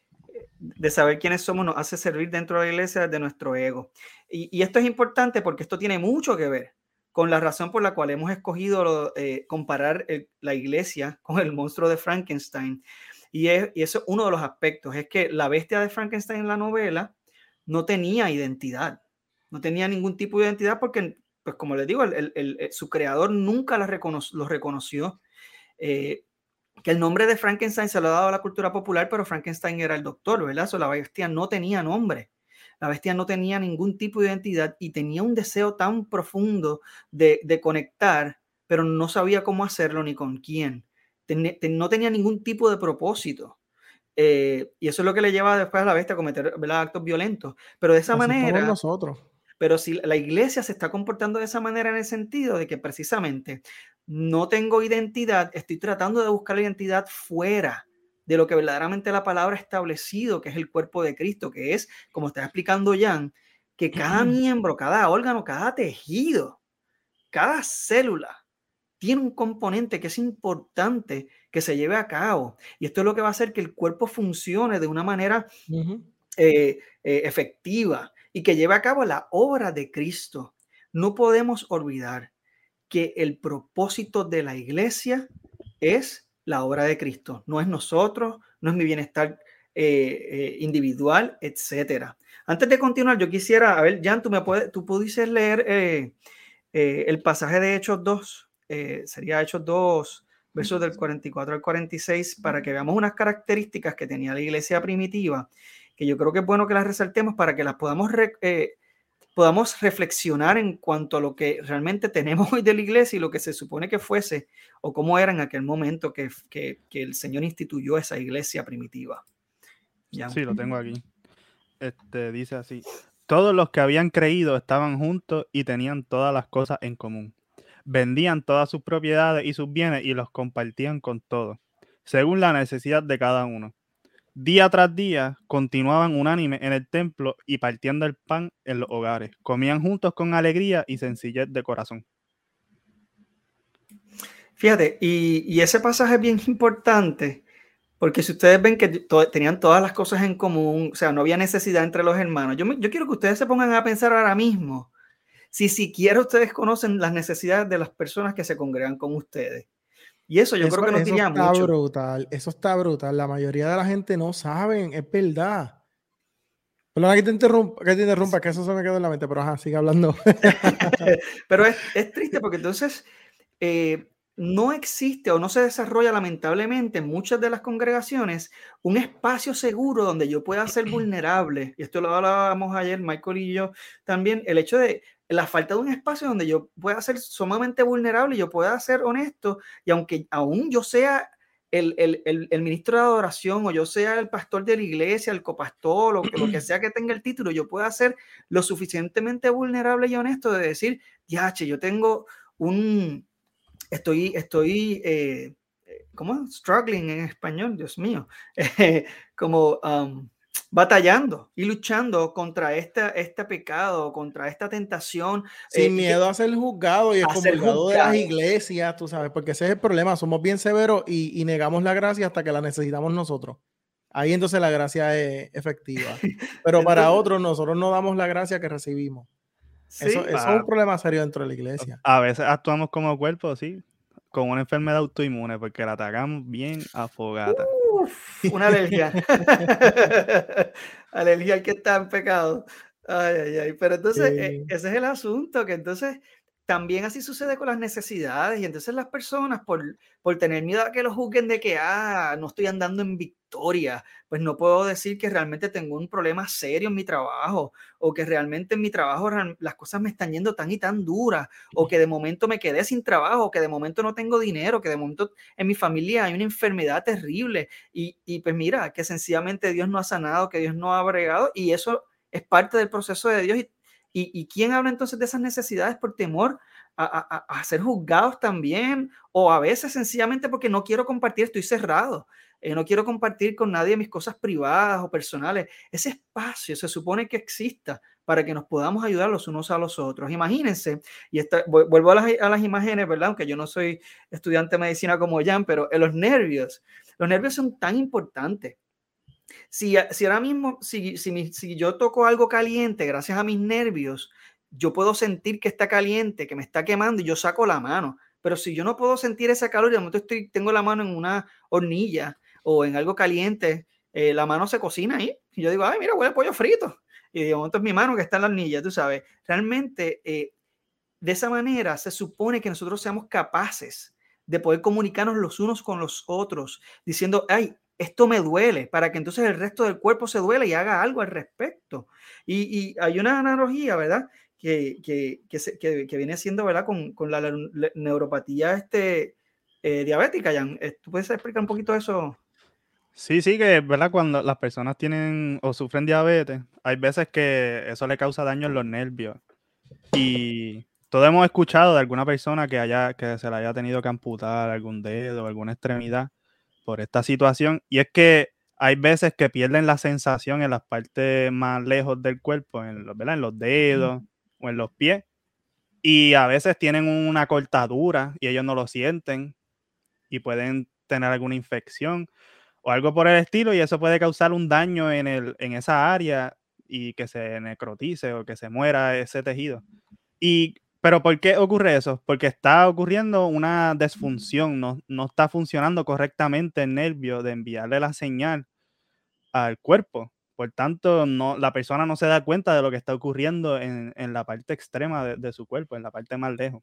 de saber quiénes somos nos hace servir dentro de la iglesia de nuestro ego. Y, y esto es importante porque esto tiene mucho que ver con la razón por la cual hemos escogido eh, comparar el, la iglesia con el monstruo de Frankenstein. Y, es, y eso es uno de los aspectos, es que la bestia de Frankenstein en la novela no tenía identidad, no tenía ningún tipo de identidad porque, pues como les digo, el, el, el, su creador nunca la recono lo reconoció. Eh, que el nombre de Frankenstein se lo ha dado a la cultura popular, pero Frankenstein era el doctor, ¿verdad? So, la bestia no tenía nombre, la bestia no tenía ningún tipo de identidad y tenía un deseo tan profundo de, de conectar, pero no sabía cómo hacerlo ni con quién. Ten, ten, no tenía ningún tipo de propósito. Eh, y eso es lo que le lleva después a la bestia a cometer, ¿verdad?, actos violentos. Pero de esa Así manera... nosotros. Pero si la iglesia se está comportando de esa manera en el sentido de que precisamente no tengo identidad, estoy tratando de buscar la identidad fuera de lo que verdaderamente la palabra ha establecido, que es el cuerpo de Cristo, que es, como está explicando Jan, que cada miembro, cada órgano, cada tejido, cada célula tiene un componente que es importante que se lleve a cabo. Y esto es lo que va a hacer que el cuerpo funcione de una manera uh-huh. eh, eh, efectiva y que lleve a cabo la obra de Cristo. No podemos olvidar que el propósito de la iglesia es la obra de Cristo. No es nosotros, no es mi bienestar eh, eh, individual, etcétera. Antes de continuar, yo quisiera, a ver, Jan, tú me puedes, tú pudieses leer eh, eh, el pasaje de Hechos dos, eh, sería Hechos dos, versos del cuarenta y cuatro al cuarenta y seis, para que veamos unas características que tenía la iglesia primitiva, que yo creo que es bueno que las resaltemos para que las podamos, re, eh, podamos reflexionar en cuanto a lo que realmente tenemos hoy de la iglesia y lo que se supone que fuese o cómo era en aquel momento que, que, que el Señor instituyó esa iglesia primitiva. ¿Ya? Sí, lo tengo aquí. Este, dice así: todos los que habían creído estaban juntos y tenían todas las cosas en común. Vendían todas sus propiedades y sus bienes y los compartían con todos, según la necesidad de cada uno. Día tras día continuaban unánimes en el templo y partiendo el pan en los hogares. Comían juntos con alegría y sencillez de corazón. Fíjate, y, y ese pasaje es bien importante, porque si ustedes ven que to tenían todas las cosas en común, o sea, no había necesidad entre los hermanos. Yo, me, yo quiero que ustedes se pongan a pensar ahora mismo, si siquiera ustedes conocen las necesidades de las personas que se congregan con ustedes. Y eso yo eso, creo que nos eso diría está mucho. Brutal, eso está brutal. La mayoría de la gente no saben, es verdad. Perdona que te interrumpa, que te interrumpa, que eso se me quedó en la mente, pero ajá, sigue hablando. Pero es, es triste porque entonces eh, no existe o no se desarrolla lamentablemente en muchas de las congregaciones un espacio seguro donde yo pueda ser vulnerable. Y esto lo hablábamos ayer, Michael y yo también, el hecho de la falta de un espacio donde yo pueda ser sumamente vulnerable y yo pueda ser honesto, y aunque aún yo sea el, el, el, el ministro de adoración o yo sea el pastor de la iglesia, el copastor o lo que sea que tenga el título, yo pueda ser lo suficientemente vulnerable y honesto de decir, yache, yo tengo un, estoy, estoy, eh, ¿cómo? Struggling en español, Dios mío, eh, como... Um, batallando y luchando contra esta, este pecado, contra esta tentación. Sin eh, miedo que, a ser juzgado y excomulgado de las iglesias, tú sabes, porque ese es el problema. Somos bien severos y, y negamos la gracia hasta que la necesitamos nosotros. Ahí entonces la gracia es efectiva. Pero para entonces, otros, nosotros no damos la gracia que recibimos. Sí, eso, eso es un problema serio dentro de la iglesia. A veces actuamos como cuerpo, sí, con una enfermedad autoinmune, porque la atacamos bien a fogata. Uf, una alergia. Alergia al que está en pecado. Ay, ay, ay. Pero entonces, sí. eh, ese es el asunto, que entonces también así sucede con las necesidades y entonces las personas por, por tener miedo a que lo juzguen de que, ah, no estoy andando en victoria, pues no puedo decir que realmente tengo un problema serio en mi trabajo o que realmente en mi trabajo las cosas me están yendo tan y tan duras o que de momento me quedé sin trabajo, o que de momento no tengo dinero, que de momento en mi familia hay una enfermedad terrible y, y pues mira, que sencillamente Dios no ha sanado, que Dios no ha bregado y eso es parte del proceso de Dios y ¿Y, ¿Y quién habla entonces de esas necesidades por temor a, a, a ser juzgados también? O a veces sencillamente porque no quiero compartir, estoy cerrado. Eh, no quiero compartir con nadie mis cosas privadas o personales. Ese espacio se supone que exista para que nos podamos ayudar los unos a los otros. Imagínense, y esta, vuelvo a las, a las imágenes, ¿verdad? Aunque yo no soy estudiante de medicina como Jan, pero en los nervios, los nervios son tan importantes. Si, si ahora mismo, si, si, mi, si yo toco algo caliente, gracias a mis nervios, yo puedo sentir que está caliente, que me está quemando y yo saco la mano. Pero si yo no puedo sentir esa calor y de momento estoy, tengo la mano en una hornilla o en algo caliente, eh, la mano se cocina ahí. Y yo digo, ay, mira, huele a pollo frito. Y de momento es mi mano que está en la hornilla, tú sabes. Realmente, eh, de esa manera se supone que nosotros seamos capaces de poder comunicarnos los unos con los otros, diciendo, ay, esto me duele, para que entonces el resto del cuerpo se duele y haga algo al respecto. Y, y hay una analogía, ¿verdad? Que, que, que, se, que, que viene siendo, ¿verdad? Con, con la neuropatía este, eh, diabética, Jan. ¿Tú puedes explicar un poquito eso? Sí, sí, que verdad, cuando las personas tienen o sufren diabetes, hay veces que eso le causa daño en los nervios. Y todos hemos escuchado de alguna persona que haya, que se le haya tenido que amputar algún dedo o alguna extremidad por esta situación. Y es que hay veces que pierden la sensación en las partes más lejos del cuerpo, en los, ¿verdad? En los dedos o en los pies. Y a veces tienen una cortadura y ellos no lo sienten y pueden tener alguna infección o algo por el estilo, y eso puede causar un daño en, el, en esa área y que se necrotice o que se muera ese tejido. Y, ¿pero por qué ocurre eso? Porque está ocurriendo una disfunción, no, no está funcionando correctamente el nervio de enviarle la señal al cuerpo. Por tanto, no, la persona no se da cuenta de lo que está ocurriendo en, en la parte extrema de, de su cuerpo, en la parte más lejos.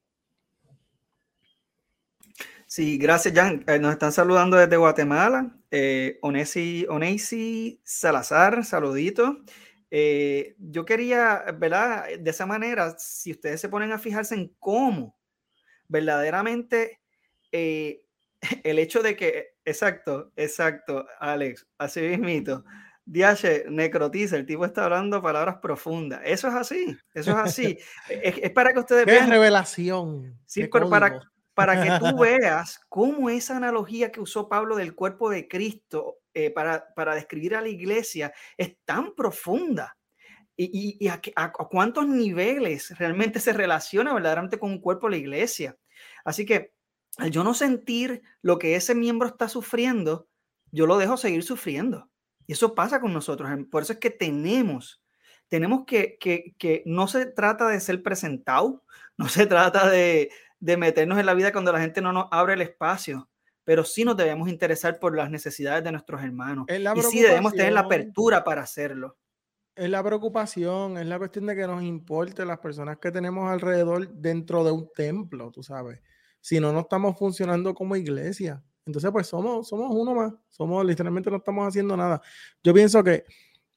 Sí, gracias, Jan. Eh, nos están saludando desde Guatemala. Eh, Onesi, Onesi Salazar, saludito. Eh, yo quería, ¿verdad? De esa manera, si ustedes se ponen a fijarse en cómo verdaderamente eh, el hecho de que, exacto, exacto, Alex, así mismito, Diache, necrotiza, el tipo está hablando palabras profundas. Eso es así, eso es así. es, es para que ustedes ¿Qué vean. revelación? Sí, ¿Qué pero para, código? para que tú veas cómo esa analogía que usó Pablo del cuerpo de Cristo eh, para, para describir a la iglesia es tan profunda. Y, y, y a, a, a cuántos niveles realmente se relaciona verdaderamente con un cuerpo de la iglesia. Así que al yo no sentir lo que ese miembro está sufriendo, yo lo dejo seguir sufriendo. Y eso pasa con nosotros. Por eso es que tenemos, tenemos que, que, que no se trata de ser presentado, no se trata de, de meternos en la vida cuando la gente no nos abre el espacio, pero sí nos debemos interesar por las necesidades de nuestros hermanos. Y sí debemos tener la apertura para hacerlo. Es la preocupación, es la cuestión de que nos importe las personas que tenemos alrededor dentro de un templo, tú sabes. Si no, no estamos funcionando como iglesia. Entonces, pues somos, somos uno más. Somos, literalmente no estamos haciendo nada. Yo pienso que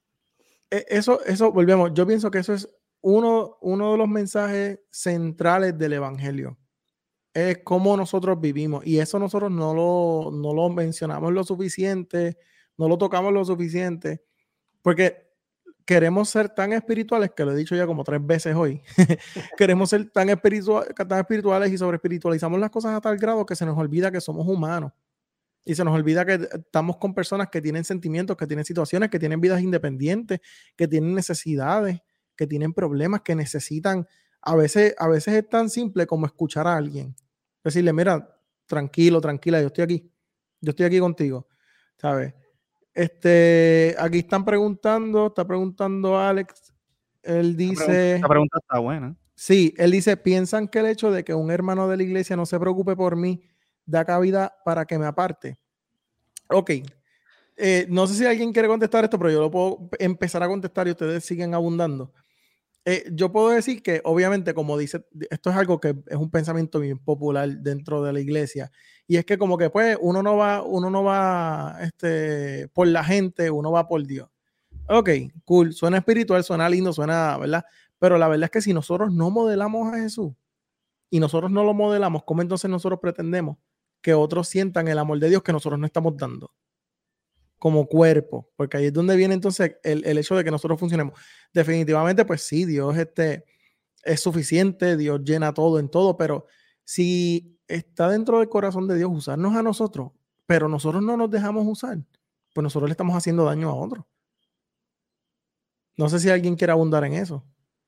eso, eso, volvemos, yo pienso que eso es uno, uno de los mensajes centrales del evangelio. Es cómo nosotros vivimos. Y eso nosotros no lo, no lo mencionamos lo suficiente, no lo tocamos lo suficiente, porque queremos ser tan espirituales, que lo he dicho ya como tres veces hoy, queremos ser tan, espiritual, tan espirituales y sobre espiritualizamos las cosas a tal grado que se nos olvida que somos humanos y se nos olvida que estamos con personas que tienen sentimientos, que tienen situaciones, que tienen vidas independientes, que tienen necesidades, que tienen problemas, que necesitan, a veces, a veces es tan simple como escuchar a alguien, decirle, mira, tranquilo, tranquila, yo estoy aquí, yo estoy aquí contigo, ¿sabes? Este, aquí están preguntando, está preguntando Alex, él dice... Esta pregunta está buena. Sí, él dice, ¿piensan que el hecho de que un hermano de la iglesia no se preocupe por mí da cabida para que me aparte? Ok, eh, no sé si alguien quiere contestar esto, pero yo lo puedo empezar a contestar y ustedes siguen abundando. eh, yo puedo decir que obviamente, como dice, esto es algo que es un pensamiento bien popular dentro de la iglesia, y es que como que pues uno no va, uno no va este, por la gente, uno va por Dios. Ok, cool, suena espiritual, suena lindo, suena, ¿verdad? Pero la verdad es que si nosotros no modelamos a Jesús y nosotros no lo modelamos, ¿cómo entonces nosotros pretendemos que otros sientan el amor de Dios que nosotros no estamos dando como cuerpo? Porque ahí es donde viene entonces el, el hecho de que nosotros funcionemos. Definitivamente, pues sí, Dios este, es suficiente, Dios llena todo en todo, pero si está dentro del corazón de Dios usarnos a nosotros, pero nosotros no nos dejamos usar, pues nosotros le estamos haciendo daño a otros. No sé si alguien quiere abundar en eso.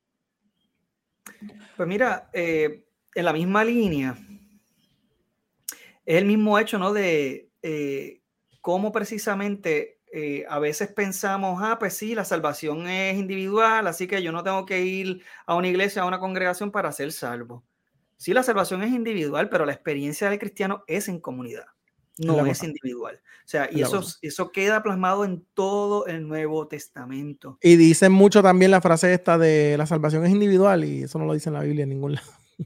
Pues mira, eh, en la misma línea, es el mismo hecho, ¿no? De eh, cómo precisamente eh, a veces pensamos, ah, pues sí, la salvación es individual, así que yo no tengo que ir a una iglesia, a una congregación para ser salvo. Sí, la salvación es individual, pero la experiencia del cristiano es en comunidad, no es, es individual. O sea, y eso, eso queda plasmado en todo el Nuevo Testamento. Y dicen mucho también la frase esta de la salvación es individual, y eso no lo dice en la Biblia en ningún lado.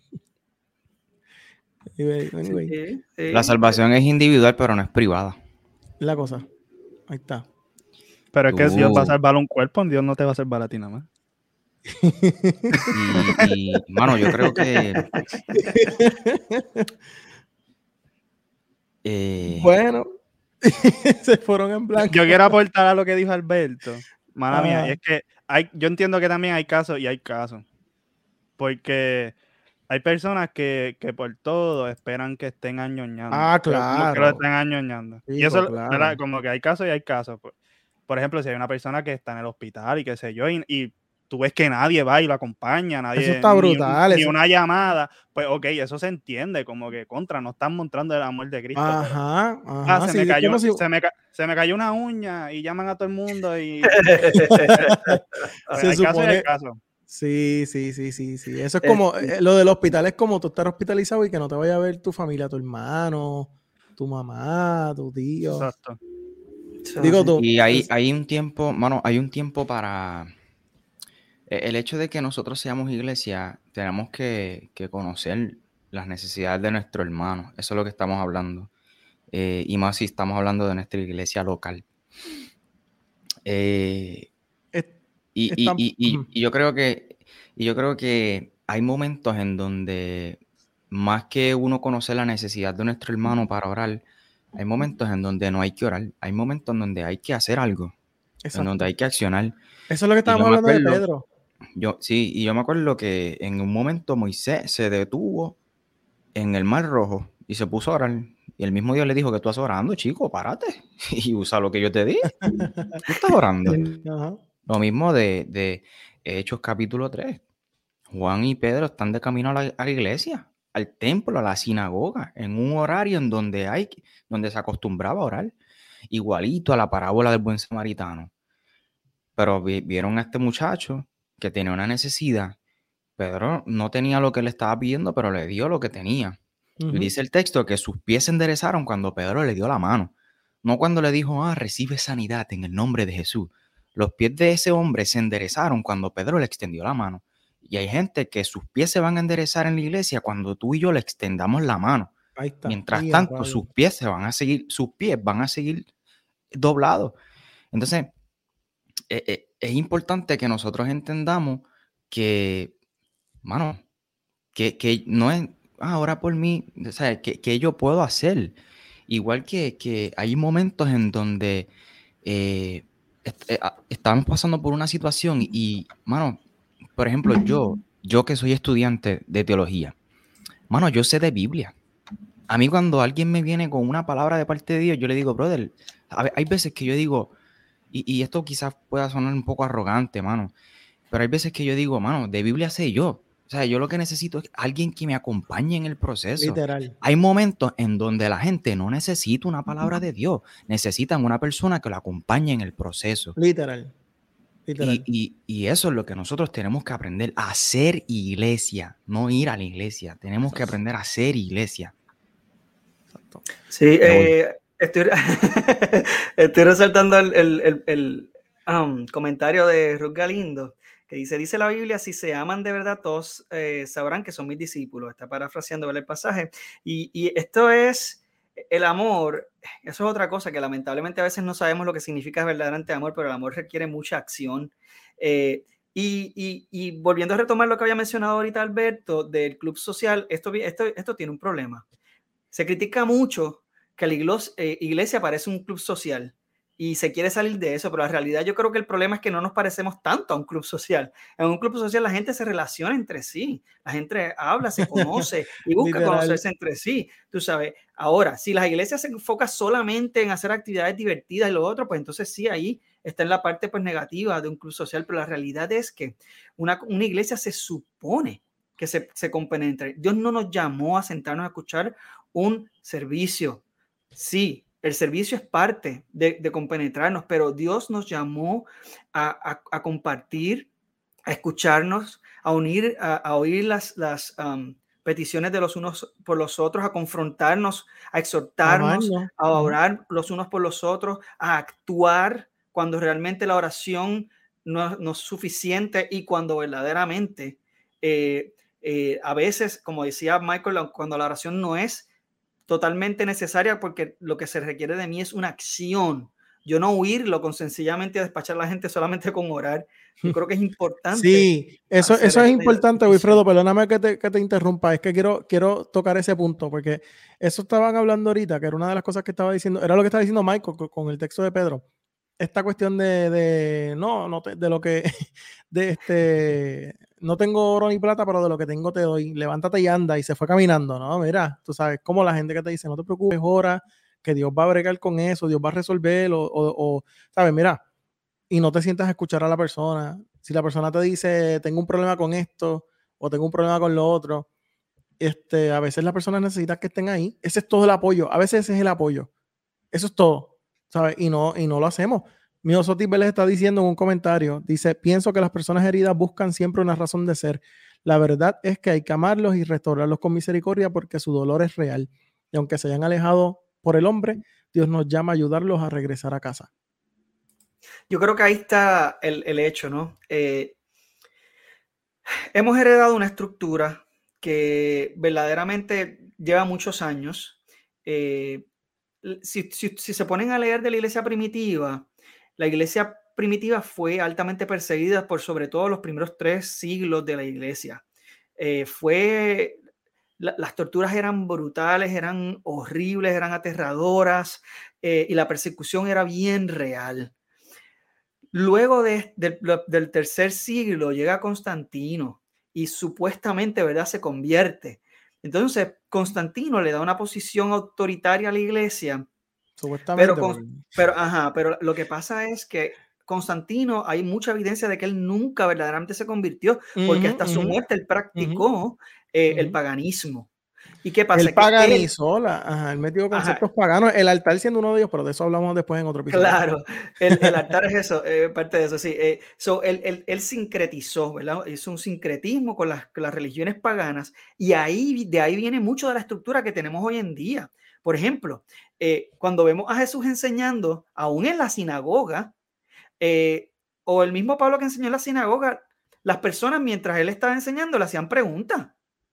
Anyway. Sí, sí. La salvación es individual, pero no es privada. La cosa. Ahí está. Pero es que uh. Dios va a salvar un cuerpo, Dios no te va a salvar a ti nada más. Y, y mano, yo creo que eh... bueno, se fueron en blanco. Yo quiero aportar a lo que dijo Alberto, mala ah. mía, y es que hay, yo entiendo que también hay casos y hay casos, porque hay personas que, que por todo esperan que estén añoñando. Ah, claro. Que lo estén añoñando. Hijo, y eso, claro. ¿verdad? Como que hay casos y hay casos. Por, por ejemplo, si hay una persona que está en el hospital y qué sé yo, y, y tú ves que nadie va y lo acompaña, nadie, eso está brutal. Ni, eso. ni una llamada, pues ok, eso se entiende, como que contra, no están mostrando el amor de Cristo. Ajá, pero, ajá. Ah, se, sí, me cayó, si... se, me, se me cayó una uña y llaman a todo el mundo y... pues se hay supone... casos y hay casos. Sí, sí, sí, sí, sí. Eso es como, eh, lo del hospital es como tú estar hospitalizado y que no te vaya a ver tu familia, tu hermano, tu mamá, tu tío. Exacto. Digo tú. Y hay, hay un tiempo, mano, hay un tiempo para... El hecho de que nosotros seamos iglesia, tenemos que, que conocer las necesidades de nuestro hermano. Eso es lo que estamos hablando. Eh, y más si estamos hablando de nuestra iglesia local. Eh, y, y, y, y, y yo creo que, y yo creo que hay momentos en donde, más que uno conocer la necesidad de nuestro hermano para orar, hay momentos en donde no hay que orar. Hay momentos en donde hay que hacer algo. Exacto. En donde hay que accionar. Eso es lo que estábamos hablando acuerdo, de Pedro. Yo, sí, y yo me acuerdo que en un momento Moisés se detuvo en el Mar Rojo y se puso a orar. Y el mismo Dios le dijo que tú estás orando, chico, párate y usa lo que yo te di. Tú estás orando. Uh-huh. Lo mismo de, de Hechos capítulo tres. Juan y Pedro están de camino a la, a la iglesia, al templo, a la sinagoga, en un horario en donde, hay, donde se acostumbraba a orar. Igualito a la parábola del buen samaritano. Pero vi, vieron a este muchacho que tenía una necesidad. Pedro no tenía lo que le estaba pidiendo, pero le dio lo que tenía. Uh-huh. Y dice el texto que sus pies se enderezaron cuando Pedro le dio la mano. No cuando le dijo, ah, recibe sanidad en el nombre de Jesús. Los pies de ese hombre se enderezaron cuando Pedro le extendió la mano. Y hay gente que sus pies se van a enderezar en la iglesia cuando tú y yo le extendamos la mano. Ahí está. Mientras Ahí tanto, está. sus pies se van a seguir, sus pies van a seguir doblados. Entonces, eh, eh, es importante que nosotros entendamos que, mano, que, que no es, ah, ora por mí, o sea, que, que yo puedo hacer. Igual que, que hay momentos en donde eh, est- eh, estamos pasando por una situación y, y, mano, por ejemplo, yo, yo que soy estudiante de teología, mano, yo sé de Biblia. A mí cuando alguien me viene con una palabra de parte de Dios, yo le digo, brother, a ver, hay veces que yo digo, y, y esto quizás pueda sonar un poco arrogante, mano, pero hay veces que yo digo, mano, de Biblia sé yo. O sea, yo lo que necesito es alguien que me acompañe en el proceso. Literal. Hay momentos en donde la gente no necesita una palabra de Dios, necesitan una persona que lo acompañe en el proceso. Literal. Literal. Y, y, y eso es lo que nosotros tenemos que aprender, a hacer iglesia, no ir a la iglesia. Tenemos que aprender a hacer iglesia. Exacto. Sí, eh, estoy, estoy resaltando el, el, el, el um, comentario de Ruth Galindo, que dice, dice la Biblia, si se aman de verdad, todos eh, sabrán que son mis discípulos. Está parafraseando el pasaje. Y, y esto es el amor. Eso es otra cosa que lamentablemente a veces no sabemos lo que significa verdaderamente amor, pero el amor requiere mucha acción. Eh, y, y, y volviendo a retomar lo que había mencionado ahorita Alberto del club social, esto, esto, esto tiene un problema. Se critica mucho que la iglesia, eh, iglesia parece un club social y se quiere salir de eso, pero la realidad yo creo que el problema es que no nos parecemos tanto a un club social. En un club social la gente se relaciona entre sí, la gente habla, se conoce y busca conocerse entre sí, tú sabes. Ahora, si las iglesias se enfocan solamente en hacer actividades divertidas y lo otro, pues entonces sí, ahí está en la parte pues negativa de un club social, pero la realidad es que una, una iglesia se supone que se, se compenetre. Dios no nos llamó a sentarnos a escuchar un servicio. Sí, el servicio es parte de, de compenetrarnos, pero Dios nos llamó a, a, a compartir, a escucharnos, a unir, a, a oír las, las um, peticiones de los unos por los otros, a confrontarnos, a exhortarnos, Amarlo. a orar los unos por los otros, a actuar cuando realmente la oración no, no es suficiente y cuando verdaderamente eh, eh, a veces, como decía Michael, cuando la oración no es totalmente necesaria, porque lo que se requiere de mí es una acción. Yo no huirlo con sencillamente despachar a la gente solamente con orar. Yo creo que es importante. Sí, eso, eso es importante, Wilfredo. Perdóname que te, que te interrumpa. Es que quiero, quiero tocar ese punto, porque eso estaban hablando ahorita, que era una de las cosas que estaba diciendo, era lo que estaba diciendo Michael con, con el texto de Pedro. Esta cuestión de, de no, no te, de lo que, de este, no tengo oro ni plata, pero de lo que tengo te doy, levántate y anda, y se fue caminando, ¿no? Mira, tú sabes, como la gente que te dice, no te preocupes, ora, que Dios va a bregar con eso, Dios va a resolver, o, o, o sabes, mira, y no te sientas a escuchar a la persona. Si la persona te dice, tengo un problema con esto, o tengo un problema con lo otro, este, a veces las personas necesitan que estén ahí. Ese es todo el apoyo, a veces ese es el apoyo. Eso es todo, ¿sabes? Y no, y no lo hacemos. Mi Osotis Vélez está diciendo en un comentario, dice, pienso que las personas heridas buscan siempre una razón de ser. La verdad es que hay que amarlos y restaurarlos con misericordia porque su dolor es real. Y aunque se hayan alejado por el hombre, Dios nos llama a ayudarlos a regresar a casa. Yo creo que ahí está el, el hecho, ¿no? Eh, hemos heredado una estructura que verdaderamente lleva muchos años. Eh, si, si, si se ponen a leer de la iglesia primitiva, la iglesia primitiva fue altamente perseguida por sobre todo los primeros tres siglos de la iglesia. Eh, fue, la, las torturas eran brutales, eran horribles, eran aterradoras eh, y la persecución era bien real. Luego de, de, de, del tercer siglo llega Constantino y supuestamente, ¿verdad?, se convierte. Entonces, Constantino le da una posición autoritaria a la iglesia. Supuestamente. Pero, con, pero, ajá, pero lo que pasa es que Constantino, hay mucha evidencia de que él nunca verdaderamente se convirtió, porque uh-huh, hasta uh-huh, su muerte él practicó uh-huh, eh, uh-huh. el paganismo. ¿Y qué pasa? Él paganizó, él, la, ajá, él metió conceptos ajá. paganos, el altar siendo uno de ellos, pero de eso hablamos después en otro episodio. Claro, el, el altar es eso, eh, parte de eso, sí. Eh, so, él, él, él sincretizó, ¿verdad? Hizo un sincretismo con las, con las religiones paganas y ahí, de ahí viene mucho de la estructura que tenemos hoy en día. Por ejemplo, eh, cuando vemos a Jesús enseñando, aún en la sinagoga, eh, o el mismo Pablo que enseñó en la sinagoga, las personas mientras él estaba enseñando le hacían preguntas.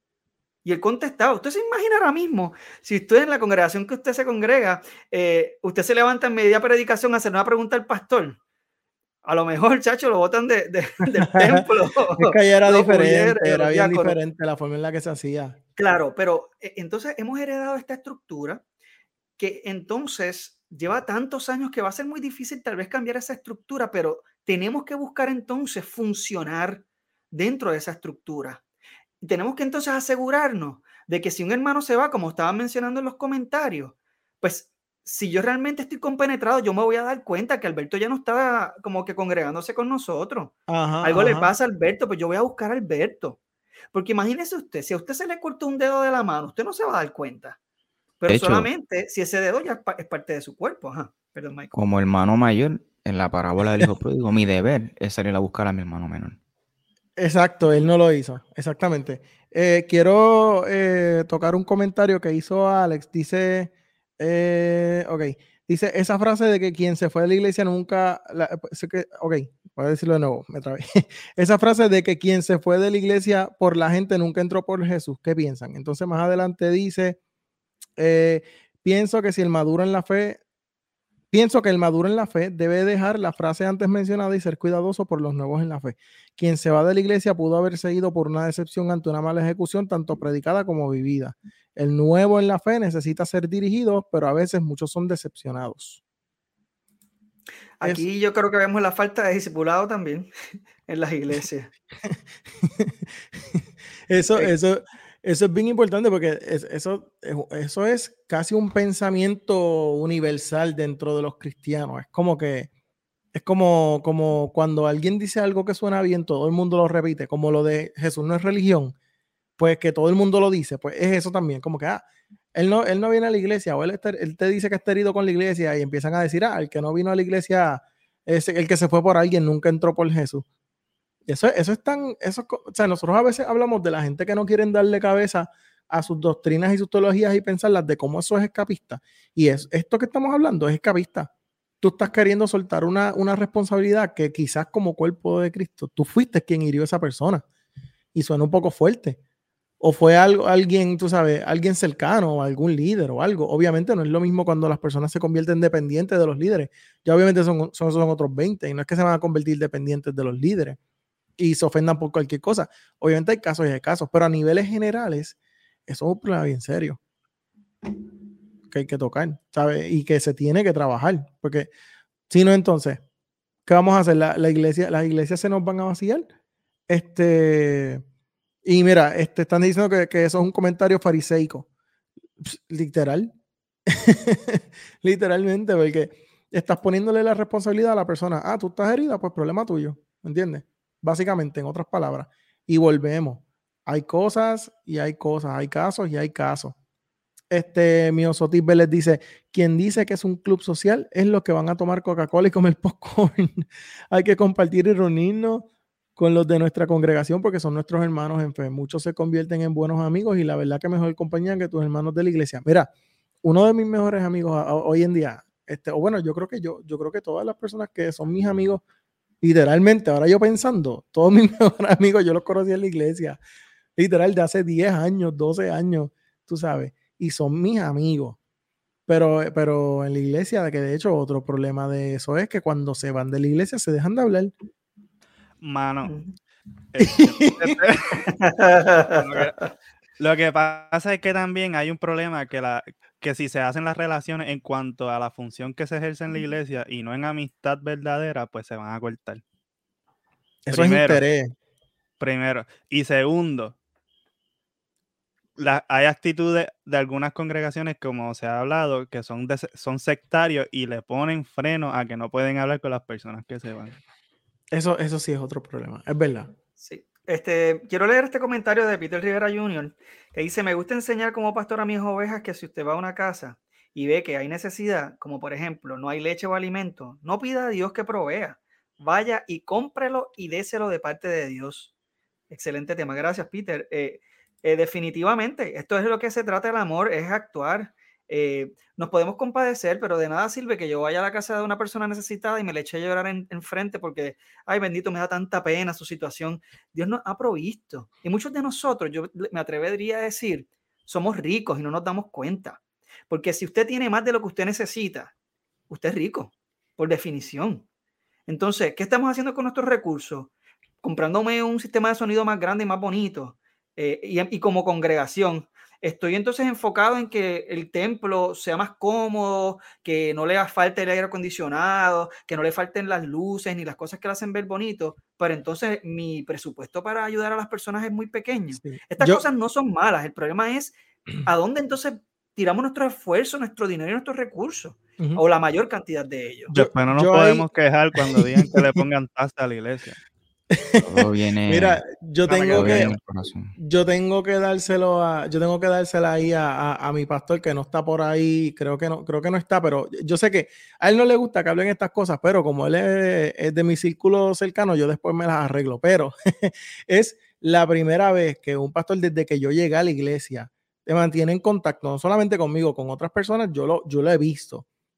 Y él contestaba. Usted se imagina ahora mismo, si usted en la congregación que usted se congrega, eh, usted se levanta en media predicación a hacer una pregunta al pastor. A lo mejor, chacho, lo botan de, de, del templo. Es que ya era diferente, era bien diferente la forma en la que se hacía. Claro, pero entonces hemos heredado esta estructura que entonces lleva tantos años que va a ser muy difícil tal vez cambiar esa estructura, pero tenemos que buscar entonces funcionar dentro de esa estructura. Y tenemos que entonces asegurarnos de que si un hermano se va, como estaban mencionando en los comentarios, pues si yo realmente estoy compenetrado, yo me voy a dar cuenta que Alberto ya no está como que congregándose con nosotros. Ajá, Algo ajá. le pasa a Alberto, pues yo voy a buscar a Alberto. Porque imagínese usted, si a usted se le cortó un dedo de la mano, usted no se va a dar cuenta. Pero hecho, solamente si ese dedo ya es parte de su cuerpo. Ajá. Perdón, Michael. Como hermano mayor, en la parábola del hijo pródigo, mi deber es salir a buscar a mi hermano menor. Exacto, él no lo hizo, exactamente. Eh, quiero eh, tocar un comentario que hizo Alex, dice, eh, ok, Dice, esa frase de que quien se fue de la iglesia nunca... La, que, ok, voy a decirlo de nuevo, me trabé. Esa frase de que quien se fue de la iglesia por la gente nunca entró por Jesús, ¿qué piensan? Entonces más adelante dice, eh, pienso que si el maduro en la fe... Pienso que el maduro en la fe debe dejar la frase antes mencionada y ser cuidadoso por los nuevos en la fe. Quien se va de la iglesia pudo haber seguido por una decepción ante una mala ejecución, tanto predicada como vivida. El nuevo en la fe necesita ser dirigido, pero a veces muchos son decepcionados. Aquí es... yo creo que vemos la falta de discipulado también en las iglesias. eso, eso, eso es bien importante porque es, eso, eso es casi un pensamiento universal dentro de los cristianos. Es como que es como, como cuando alguien dice algo que suena bien, todo el mundo lo repite, como lo de Jesús no es religión, pues que todo el mundo lo dice, pues es eso también, como que ah, él no, él no viene a la iglesia, o él, está, él te dice que está herido con la iglesia y empiezan a decir, ah, el que no vino a la iglesia es el que se fue por alguien, nunca entró por Jesús. Eso, eso es tan, eso, o sea, nosotros a veces hablamos de la gente que no quieren darle cabeza a sus doctrinas y sus teologías y pensarlas de cómo eso es escapista. Y es, esto que estamos hablando es escapista. Tú estás queriendo soltar una, una responsabilidad que quizás como cuerpo de Cristo, tú fuiste quien hirió a esa persona. Y suena un poco fuerte. O fue algo, alguien, tú sabes, alguien cercano, o algún líder o algo. Obviamente no es lo mismo cuando las personas se convierten dependientes de los líderes. Ya obviamente son, son, son otros veinte y no es que se van a convertir dependientes de los líderes y se ofendan por cualquier cosa. Obviamente hay casos y hay casos, pero a niveles generales eso es un problema bien serio que hay que tocar, ¿sabes? Y que se tiene que trabajar, porque si no, entonces, ¿qué vamos a hacer? La, la iglesia, las iglesias se nos van a vaciar. Este, y mira, este, están diciendo que, que eso es un comentario fariseico. Pss, literal. Literalmente, porque estás poniéndole la responsabilidad a la persona. Ah, tú estás herida, pues problema tuyo, ¿me entiendes? Básicamente, en otras palabras. Y volvemos. Hay cosas y hay cosas, hay casos y hay casos. Este, Miosotis Vélez dice, quien dice que es un club social es los que van a tomar Coca-Cola y comer popcorn. Hay que compartir y reunirnos con los de nuestra congregación porque son nuestros hermanos en fe. Muchos se convierten en buenos amigos y la verdad que mejor compañía que tus hermanos de la iglesia. Mira, uno de mis mejores amigos a, a, hoy en día, este, o bueno, yo creo que yo, yo creo que todas las personas que son mis amigos, literalmente, ahora yo pensando, todos mis mejores amigos yo los conocí en la iglesia, literal, de hace diez años, doce años, tú sabes, y son mis amigos. Pero, pero en la iglesia, de que de hecho otro problema de eso es que cuando se van de la iglesia se dejan de hablar. Mano, este, lo, que, lo que pasa es que también hay un problema que, la, que si se hacen las relaciones en cuanto a la función que se ejerce en la iglesia y no en amistad verdadera, pues se van a cortar. Eso primero, es interés. Primero. Y segundo, la, hay actitudes de algunas congregaciones, como se ha hablado, que son, de, son sectarios y le ponen freno a que no pueden hablar con las personas que se van. Eso, eso sí es otro problema, es verdad. Sí. Este, quiero leer este comentario de Peter Rivera junior que dice, me gusta enseñar como pastor a mis ovejas que si usted va a una casa y ve que hay necesidad, como por ejemplo no hay leche o alimento, no pida a Dios que provea, vaya y cómprelo y déselo de parte de Dios. Excelente tema, gracias Peter. Eh, eh, definitivamente, esto es lo que se trata el amor, es actuar. Eh, nos podemos compadecer, pero de nada sirve que yo vaya a la casa de una persona necesitada y me le eche a llorar en, en frente porque, ay bendito, me da tanta pena su situación. Dios nos ha provisto. Y muchos de nosotros, yo me atrevería a decir, somos ricos y no nos damos cuenta. Porque si usted tiene más de lo que usted necesita, usted es rico, por definición. Entonces, ¿qué estamos haciendo con nuestros recursos? Comprándome un sistema de sonido más grande y más bonito. Eh, y, y como congregación, estoy entonces enfocado en que el templo sea más cómodo, que no le falte el aire acondicionado, que no le falten las luces ni las cosas que le hacen ver bonito, pero entonces mi presupuesto para ayudar a las personas es muy pequeño. Sí. Estas Yo... cosas no son malas, el problema es a dónde entonces tiramos nuestro esfuerzo, nuestro dinero y nuestros recursos, uh-huh. o la mayor cantidad de ellos. Yo, Después no nos podemos ahí... quejar cuando digan que le pongan tasa a la iglesia. Todo viene, Mira, yo tengo que yo tengo que dárselo a yo tengo que dársela ahí a, a, a mi pastor que no está por ahí, creo que no creo que no está, pero yo sé que a él no le gusta que hablen estas cosas, pero como él es, es de mi círculo cercano, yo después me las arreglo, pero es la primera vez que un pastor desde que yo llegué a la iglesia te mantiene en contacto, no solamente conmigo, con otras personas, yo lo, yo lo he visto,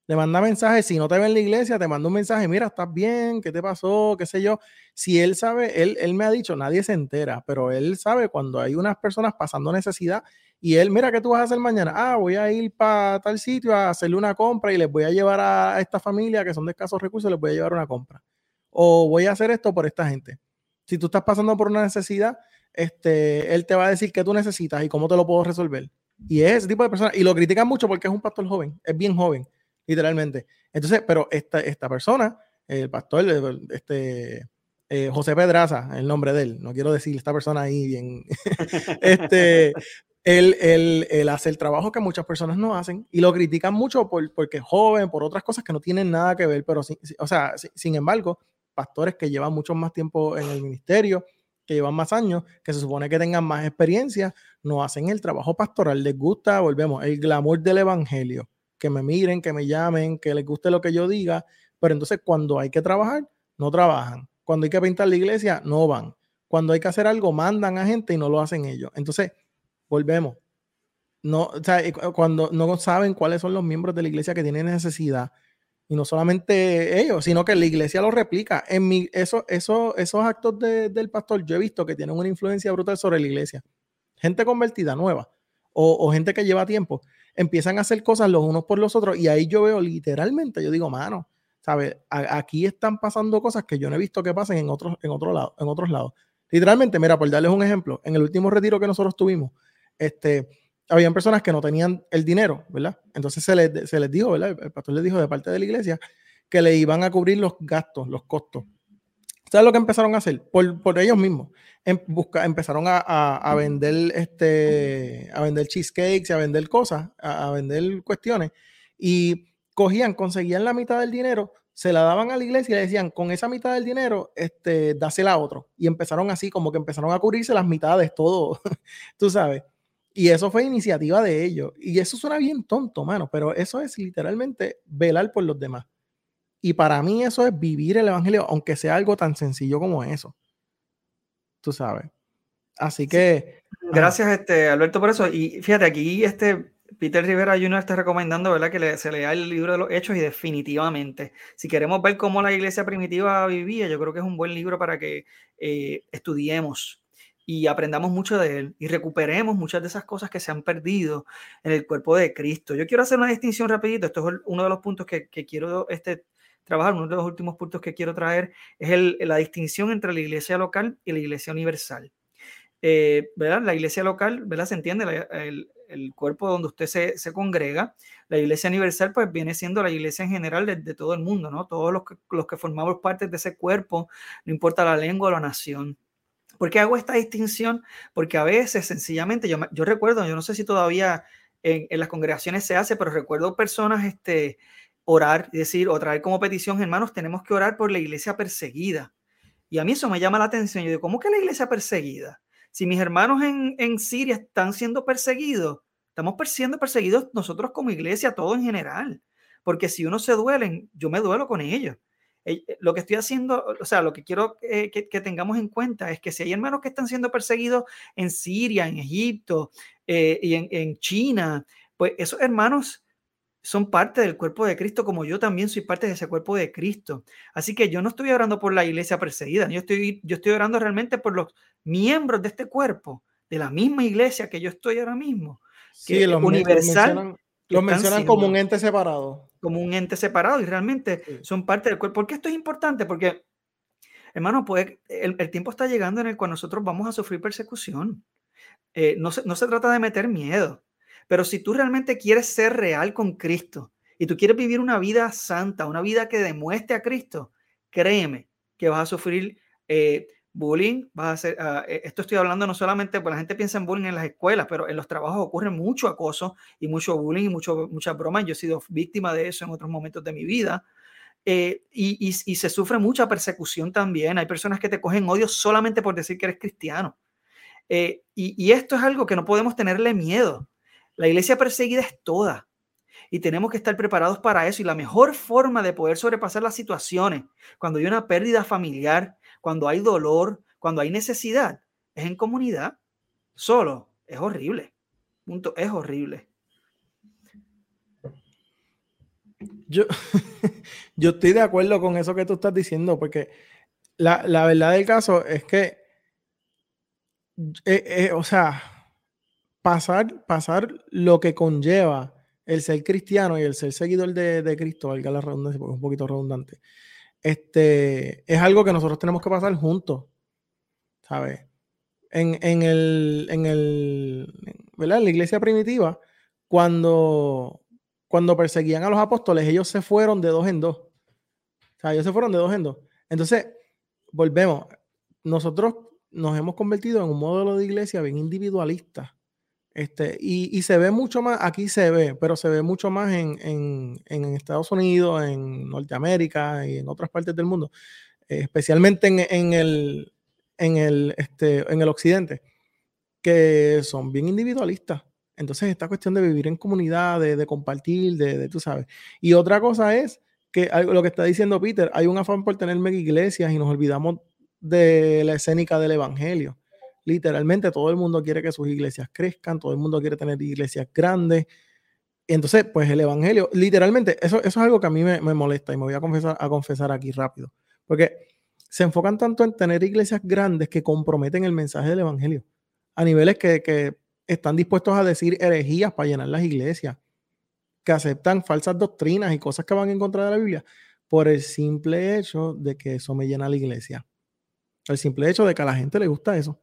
Le manda mensajes, si no te ve en la iglesia, te manda un mensaje, mira, ¿estás bien? ¿Qué te pasó? ¿Qué sé yo? Si él sabe, él, él me ha dicho, nadie se entera, pero él sabe cuando hay unas personas pasando necesidad y él, mira, ¿qué tú vas a hacer mañana? Ah, voy a ir para tal sitio a hacerle una compra y les voy a llevar a esta familia que son de escasos recursos, les voy a llevar una compra. O voy a hacer esto por esta gente. Si tú estás pasando por una necesidad, este, él te va a decir qué tú necesitas y cómo te lo puedo resolver. Y es ese tipo de persona, y lo critican mucho porque es un pastor joven, es bien joven, literalmente. Entonces, pero esta, esta persona, el pastor, este, eh, José Pedraza, el nombre de él, no quiero decir esta persona ahí bien, este, él, él, él hace el trabajo que muchas personas no hacen y lo critican mucho por, porque es joven, por otras cosas que no tienen nada que ver, pero, sin, o sea, sin embargo, pastores que llevan mucho más tiempo en el ministerio, que llevan más años, que se supone que tengan más experiencia, no hacen el trabajo pastoral, les gusta, volvemos, el glamour del evangelio, que me miren, que me llamen, que les guste lo que yo diga, pero entonces cuando hay que trabajar, no trabajan, cuando hay que pintar la iglesia, no van, cuando hay que hacer algo, mandan a gente y no lo hacen ellos, entonces, volvemos, no, o sea, cuando no saben cuáles son los miembros de la iglesia que tienen necesidad, y no solamente ellos, sino que la iglesia lo replica. En mi, eso, eso, esos actos de, del pastor, yo he visto que tienen una influencia brutal sobre la iglesia. Gente convertida nueva o, o gente que lleva tiempo, empiezan a hacer cosas los unos por los otros y ahí yo veo literalmente, yo digo, mano, ¿sabes? A, aquí están pasando cosas que yo no he visto que pasen en otros, en otro lado, en otros lados. Literalmente, mira, por darles un ejemplo, en el último retiro que nosotros tuvimos, este... habían personas que no tenían el dinero, ¿verdad? Entonces se les, se les dijo, ¿verdad? El pastor les dijo de parte de la iglesia que le iban a cubrir los gastos, los costos. ¿Sabes lo que empezaron a hacer? Por, por ellos mismos. En busca, empezaron a, a, a vender este, a vender cheesecakes, a vender cosas, a, a vender cuestiones. Y cogían, conseguían la mitad del dinero, se la daban a la iglesia y le decían, con esa mitad del dinero, este, dásela a otro. Y empezaron así, como que empezaron a cubrirse las mitades, todo, tú sabes. Y eso fue iniciativa de ellos. Y eso suena bien tonto, mano, pero eso es literalmente velar por los demás. Y para mí eso es vivir el evangelio, aunque sea algo tan sencillo como eso. Tú sabes. Así que... Sí. Gracias, este, Alberto, por eso. Y fíjate, aquí este Peter Rivera junior está recomendando, ¿verdad?, que le, se lea el libro de los Hechos y definitivamente, si queremos ver cómo la iglesia primitiva vivía, yo creo que es un buen libro para que eh, estudiemos y aprendamos mucho de él y recuperemos muchas de esas cosas que se han perdido en el cuerpo de Cristo. Yo quiero hacer una distinción rapidito. Esto es uno de los puntos que, que quiero este, trabajar, uno de los últimos puntos que quiero traer es el, la distinción entre la iglesia local y la iglesia universal. Eh, ¿verdad? La iglesia local, ¿verdad? Se entiende, la, el, el cuerpo donde usted se, se congrega. La iglesia universal pues viene siendo la iglesia en general de, de todo el mundo, ¿no? Todos los que, los que formamos parte de ese cuerpo, no importa la lengua o la nación. ¿Por qué hago esta distinción? Porque a veces sencillamente, yo, yo recuerdo, yo no sé si todavía en, en las congregaciones se hace, pero recuerdo personas este, orar, es decir, o traer como petición, hermanos, tenemos que orar por la iglesia perseguida. Y a mí eso me llama la atención. Yo digo, ¿cómo que la iglesia perseguida? Si mis hermanos en, en Siria están siendo perseguidos, estamos siendo perseguidos nosotros como iglesia, todo en general. Porque si uno se duelen, yo me duelo con ellos. Lo que estoy haciendo, o sea, lo que quiero eh, que, que tengamos en cuenta es que si hay hermanos que están siendo perseguidos en Siria, en Egipto eh, y en, en China, pues esos hermanos son parte del cuerpo de Cristo, como yo también soy parte de ese cuerpo de Cristo. Así que yo no estoy orando por la iglesia perseguida, yo estoy, yo estoy orando realmente por los miembros de este cuerpo, de la misma iglesia que yo estoy ahora mismo. Sí, que los, universal, los mencionan, los mencionan como un ente separado. Como un ente separado y realmente sí. son parte del cuerpo. ¿Por qué esto es importante? Porque, hermano, pues el, el tiempo está llegando en el cual nosotros vamos a sufrir persecución. Eh, no, se, no se trata de meter miedo, pero si tú realmente quieres ser real con Cristo y tú quieres vivir una vida santa, una vida que demuestre a Cristo, créeme que vas a sufrir eh, bullying, vas a hacer, uh, esto estoy hablando no solamente, pues la gente piensa en bullying en las escuelas, pero en los trabajos ocurre mucho acoso y mucho bullying y mucho, muchas bromas. Yo he sido víctima de eso en otros momentos de mi vida. Eh, y, y, y se sufre mucha persecución también. Hay personas que te cogen odio solamente por decir que eres cristiano. Eh, y, y esto es algo que no podemos tenerle miedo. La iglesia perseguida es toda y tenemos que estar preparados para eso. Y la mejor forma de poder sobrepasar las situaciones, cuando hay una pérdida familiar, cuando hay dolor, cuando hay necesidad, es en comunidad. Solo es horrible. Punto, es horrible. Yo, yo estoy de acuerdo con eso que tú estás diciendo, porque la, la verdad del caso es que, eh, eh, o sea, pasar, pasar lo que conlleva el ser cristiano y el ser seguidor de, de Cristo, valga la redundancia, porque es un poquito redundante, este, es algo que nosotros tenemos que pasar juntos, ¿sabes? En, en, el, en, el, ¿verdad? En la iglesia primitiva, cuando, cuando perseguían a los apóstoles, ellos se fueron de dos en dos. O sea, ellos se fueron de dos en dos. Entonces, volvemos. Nosotros nos hemos convertido en un modelo de iglesia bien individualista. Este, y, y se ve mucho más, aquí se ve, pero se ve mucho más en, en, en Estados Unidos, en Norteamérica y en otras partes del mundo, eh, especialmente en, en, el, en, el, este, en el occidente, que son bien individualistas. Entonces, esta cuestión de vivir en comunidad, de, de compartir, de, de, tú sabes. Y otra cosa es que lo que está diciendo Peter, hay un afán por tener mega iglesias y nos olvidamos de la escénica del evangelio. Literalmente todo el mundo quiere que sus iglesias crezcan, todo el mundo quiere tener iglesias grandes. Y entonces, pues el evangelio, literalmente, eso, eso es algo que a mí me, me molesta y me voy a confesar, a confesar aquí rápido. Porque se enfocan tanto en tener iglesias grandes que comprometen el mensaje del evangelio a niveles que, que están dispuestos a decir herejías para llenar las iglesias, que aceptan falsas doctrinas y cosas que van en contra de la Biblia por el simple hecho de que eso me llena la iglesia. El simple hecho de que a la gente le gusta eso.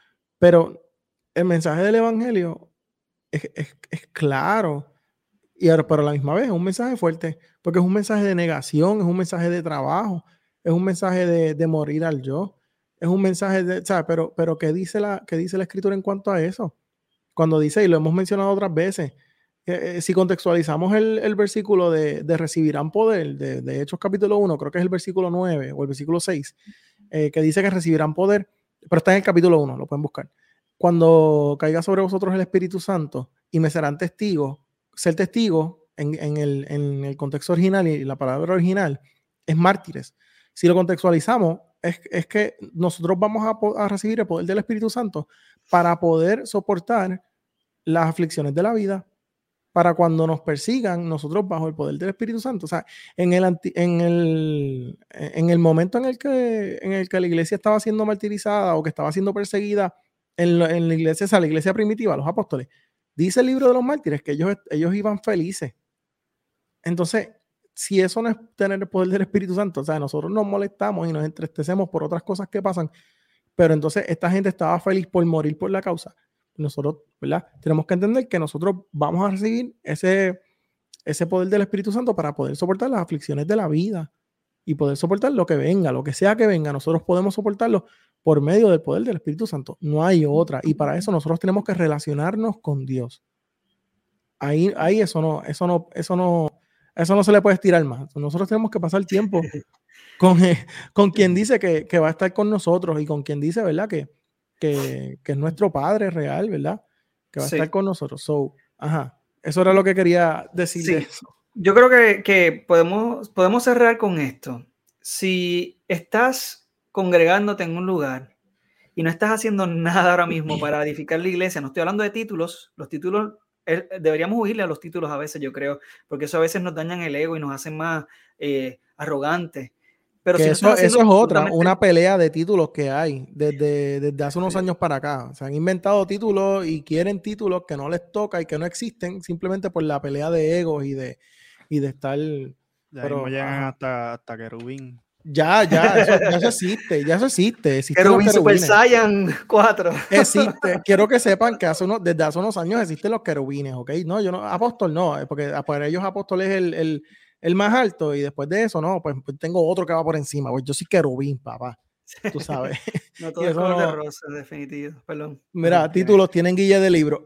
Pero el mensaje del evangelio es, es, es claro, y ahora, pero a la misma vez es un mensaje fuerte, porque es un mensaje de negación, es un mensaje de trabajo, es un mensaje de, de morir al yo, es un mensaje de, ¿sabes? Pero, pero ¿qué dice la, qué dice la escritura en cuanto a eso? Cuando dice, y lo hemos mencionado otras veces, eh, si contextualizamos el, el versículo de, de recibirán poder, de, de Hechos capítulo uno, creo que es el versículo nueve o el versículo seis, eh, que dice que recibirán poder, pero está en el capítulo uno, lo pueden buscar. Cuando caiga sobre vosotros el Espíritu Santo y me serán testigos, ser testigos en, en, el, en el contexto original y la palabra original es mártires. Si lo contextualizamos, es, es que nosotros vamos a, a recibir el poder del Espíritu Santo para poder soportar las aflicciones de la vida, para cuando nos persigan, nosotros bajo el poder del Espíritu Santo. O sea, en el, anti, en el, en el momento en el, que, en el que la iglesia estaba siendo martirizada o que estaba siendo perseguida en la, en la iglesia, o sea, la iglesia primitiva, los apóstoles, dice el libro de los mártires que ellos, ellos iban felices. Entonces, si eso no es tener el poder del Espíritu Santo, o sea, nosotros nos molestamos y nos entristecemos por otras cosas que pasan, pero entonces esta gente estaba feliz por morir por la causa. Nosotros, ¿verdad? Tenemos que entender que nosotros vamos a recibir ese, ese poder del Espíritu Santo para poder soportar las aflicciones de la vida y poder soportar lo que venga, lo que sea que venga. Nosotros podemos soportarlo por medio del poder del Espíritu Santo. No hay otra. Y para eso nosotros tenemos que relacionarnos con Dios. Ahí, ahí eso no, eso no, eso no, eso no se le puede estirar más. Nosotros tenemos que pasar tiempo con, eh, con quien dice que, que va a estar con nosotros y con quien dice, ¿verdad? Que, que, que es nuestro Padre real, ¿verdad? Que va a sí. estar con nosotros. So, ajá, eso era lo que quería decir sí. de eso. Yo creo que, que podemos, podemos cerrar con esto. Si estás congregándote en un lugar y no estás haciendo nada ahora mismo para edificar la iglesia, no estoy hablando de títulos, los títulos, eh, deberíamos huirle a los títulos a veces, yo creo, porque eso a veces nos dañan el ego y nos hacen más eh, arrogantes. Pero si eso, eso es otra, una pelea de títulos que hay desde, desde hace unos sí. años para acá. Se han inventado títulos y quieren títulos que no les toca y que no existen simplemente por la pelea de egos y de, y de estar... Ya pero llegan hasta, hasta querubín. Ya, ya, eso, ya eso existe, ya eso existe. Querubín Super Saiyan cuatro. Existe. Quiero que sepan que hace unos, desde hace unos años existen los querubines, ¿ok? No, yo no, apóstol no, porque para ellos apóstol es el... el el más alto, y después de eso, no, pues, pues tengo otro que va por encima, pues yo soy querubín, papá, tú sabes. No todo es color de rosa, definitivo, perdón. Mira, okay. Títulos tienen guía de libro.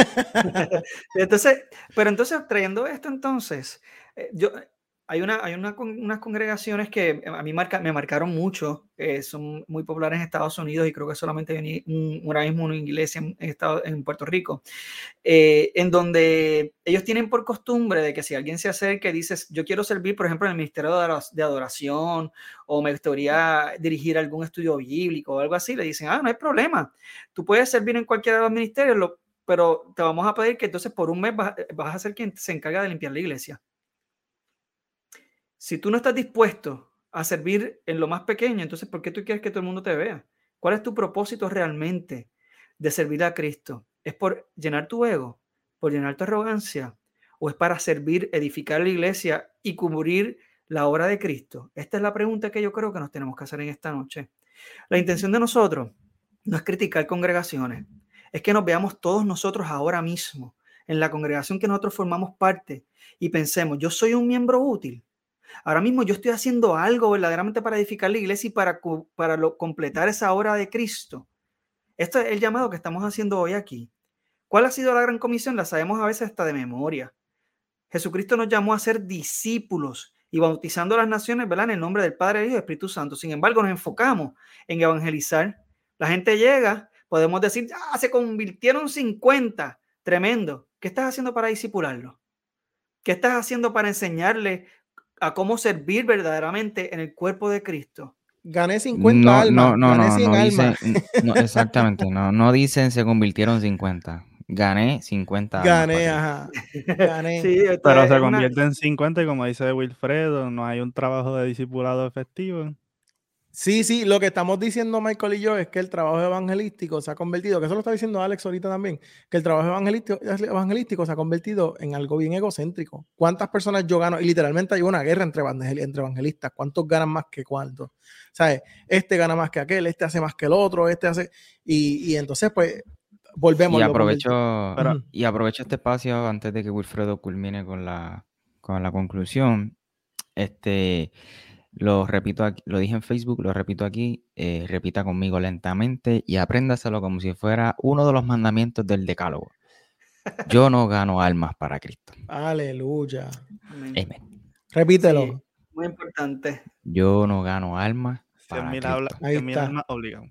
Entonces, pero entonces, trayendo esto entonces, eh, yo, hay, una, hay una, unas congregaciones que a mí marca, me marcaron mucho, eh, son muy populares en Estados Unidos y creo que solamente hay un, ahora mismo una iglesia en, en, Estado, en Puerto Rico, eh, en donde ellos tienen por costumbre de que si alguien se acerca y dice, yo quiero servir, por ejemplo, en el ministerio de adoración o me gustaría dirigir algún estudio bíblico o algo así, le dicen, ah, no hay problema, tú puedes servir en cualquiera de los ministerios, lo, pero te vamos a pedir que entonces por un mes vas, vas a ser quien se encarga de limpiar la iglesia. Si tú no estás dispuesto a servir en lo más pequeño, entonces ¿por qué tú quieres que todo el mundo te vea? ¿Cuál es tu propósito realmente de servir a Cristo? ¿Es por llenar tu ego? ¿Por llenar tu arrogancia? ¿O es para servir, edificar la iglesia y cubrir la obra de Cristo? Esta es la pregunta que yo creo que nos tenemos que hacer en esta noche. La intención de nosotros no es criticar congregaciones, es que nos veamos todos nosotros ahora mismo en la congregación que nosotros formamos parte y pensemos, yo soy un miembro útil. Ahora mismo yo estoy haciendo algo verdaderamente para edificar la iglesia y para, para lo, completar esa obra de Cristo. Este es el llamado que estamos haciendo hoy aquí. ¿Cuál ha sido la gran comisión? La sabemos a veces hasta de memoria. Jesucristo nos llamó a ser discípulos y bautizando a las naciones, ¿verdad? En el nombre del Padre, Hijo y Espíritu Santo. Sin embargo, nos enfocamos en evangelizar. La gente llega, podemos decir, ah, se convirtieron cincuenta. Tremendo. ¿Qué estás haciendo para discipularlo? ¿Qué estás haciendo para enseñarle a cómo servir verdaderamente en el cuerpo de Cristo? Gané cincuenta No, almas, no, no, gané no, cien no almas. dicen, no, exactamente, no, no dicen se convirtieron cincuenta. Gané cincuenta almas Gané, para ajá. Gané. Sí, esto Pero es se una- convierte en cincuenta y como dice Wilfredo, no hay un trabajo de discipulado efectivo. Sí, sí, lo que estamos diciendo Michael y yo es que el trabajo evangelístico se ha convertido, que eso lo está diciendo Alex ahorita también, que el trabajo evangelístico, evangelístico se ha convertido en algo bien egocéntrico. ¿Cuántas personas yo gano? Y literalmente hay una guerra entre, evangel entre evangelistas. ¿Cuántos ganan más que cuántos? ¿Sabes? Este gana más que aquel, este hace más que el otro, este hace... Y, y entonces, pues, volvemos. Y lo aprovecho, Pero- y aprovecho este espacio antes de que Wilfredo culmine con la, con la conclusión. Este, lo repito aquí, lo dije en Facebook, lo repito aquí, eh, repita conmigo lentamente y apréndaselo como si fuera uno de los mandamientos del decálogo. Yo no gano almas para Cristo. Aleluya. Amén. Amén. Repítelo. Sí, muy importante. Yo no gano almas Cien para mil Cristo. habla- Ahí cien mil está. almas obligado.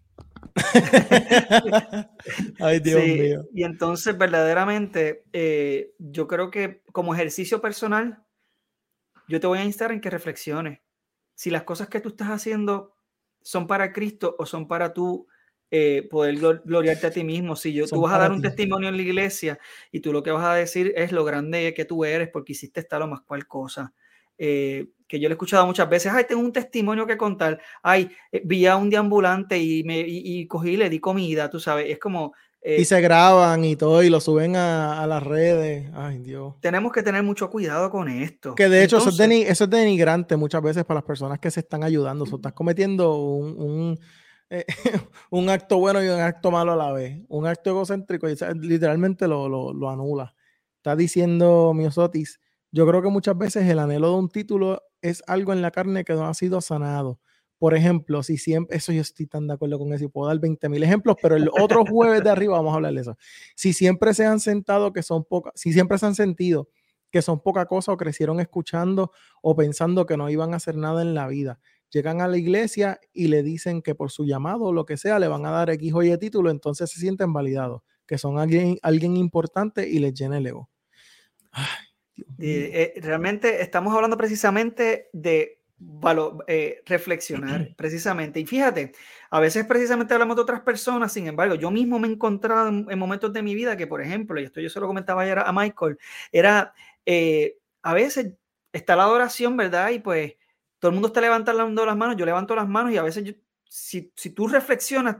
Ay, Dios Sí, mío. y entonces verdaderamente eh, yo creo que como ejercicio personal, yo te voy a instar en que reflexiones. Si las cosas que tú estás haciendo son para Cristo o son para tú eh, poder glor gloriarte a ti mismo. Si yo, Son tú vas a para dar un ti. testimonio en la iglesia y tú lo que vas a decir es lo grande que tú eres porque hiciste tal o más cual cosa. Eh, que yo le he escuchado muchas veces, ay, tengo un testimonio que contar, ay, eh, vi a un deambulante y, me, y, y cogí y le di comida, tú sabes, es como... Eh, y se graban y todo y lo suben a, a las redes. Ay, Dios. Tenemos que tener mucho cuidado con esto. Que de hecho Entonces, eso, es deni eso es denigrante muchas veces para las personas que se están ayudando. O sea, estás cometiendo un, un, eh, un acto bueno y un acto malo a la vez. Un acto egocéntrico y literalmente lo, lo, lo anula. Está diciendo Miosotis, yo creo que muchas veces el anhelo de un título es algo en la carne que no ha sido sanado. Por ejemplo, si siempre, eso yo estoy tan de acuerdo con eso y puedo dar veinte mil ejemplos, pero el otro jueves de arriba vamos a hablar de eso. Si siempre se han sentado que son pocas, si siempre se han sentido que son poca cosa o crecieron escuchando o pensando que no iban a hacer nada en la vida. Llegan a la iglesia y le dicen que por su llamado o lo que sea le van a dar X o Y título, entonces se sienten validados, que son alguien, alguien importante y les llena el ego. Ay, Dios mío. eh, eh, realmente estamos hablando precisamente de valor, eh, reflexionar, precisamente. Y fíjate, a veces precisamente hablamos de otras personas, sin embargo, yo mismo me he encontrado en, en momentos de mi vida que, por ejemplo, y esto yo se lo comentaba ayer a Michael, era, eh, a veces está la adoración, ¿verdad? Y pues todo el mundo está levantando las manos, yo levanto las manos y a veces, yo, si, si tú reflexionas,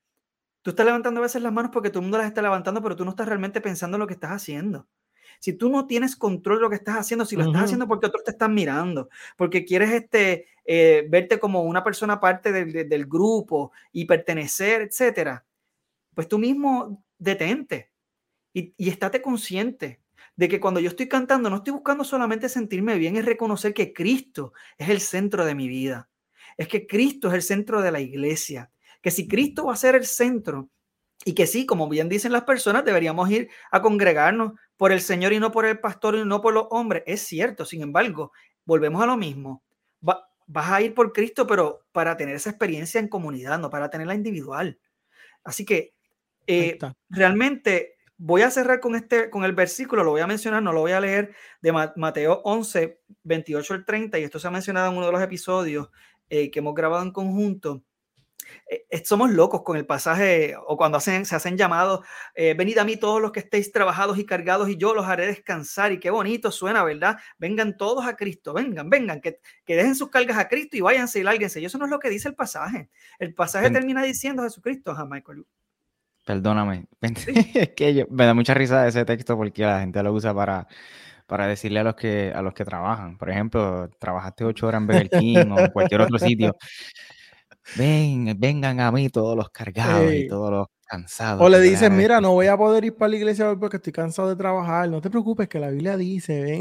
tú estás levantando a veces las manos porque todo el mundo las está levantando, pero tú no estás realmente pensando en lo que estás haciendo. Si tú no tienes control de lo que estás haciendo, si lo uh-huh. estás haciendo porque otros te están mirando, porque quieres este, eh, verte como una persona parte del, del, del grupo y pertenecer, etcétera, pues tú mismo detente y, y estate consciente de que cuando yo estoy cantando no estoy buscando solamente sentirme bien, es reconocer que Cristo es el centro de mi vida, es que Cristo es el centro de la iglesia, que si Cristo va a ser el centro y que sí, como bien dicen las personas, deberíamos ir a congregarnos por el Señor y no por el pastor y no por los hombres. Es cierto, sin embargo, volvemos a lo mismo. Va, vas a ir por Cristo, pero para tener esa experiencia en comunidad, no para tenerla individual. Así que eh, realmente voy a cerrar con, este, con el versículo, lo voy a mencionar, no lo voy a leer, de Mateo once, veintiocho al treinta, y esto se ha mencionado en uno de los episodios eh, que hemos grabado en conjunto. eh, somos locos con el pasaje, o cuando hacen, se hacen llamados, eh, venid a mí todos los que estéis trabajados y cargados y yo los haré descansar. Y qué bonito suena, ¿verdad? Vengan todos a Cristo, vengan, vengan, que, que dejen sus cargas a Cristo y váyanse y lárguense. Y eso no es lo que dice el pasaje. El pasaje Ent- termina diciendo Jesucristo, ajá, Michael. Perdóname. Sí. Es que yo- me da mucha risa ese texto porque la gente lo usa para, para decirle a los que a los que trabajan. Por ejemplo, trabajaste ocho horas en Burger King o en cualquier otro sitio. Ven, vengan a mí todos los cargados y Ey. todos los cansados. O le que yo les dices, haré mira, no descansar". voy a poder ir para la iglesia hoy porque estoy cansado de trabajar. No te preocupes, que la Biblia dice, ven.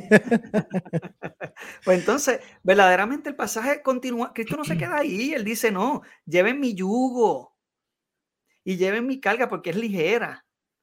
Pues entonces, verdaderamente el pasaje continúa. Cristo no se queda ahí. Él dice, no, lleven mi yugo y lleven mi carga porque es ligera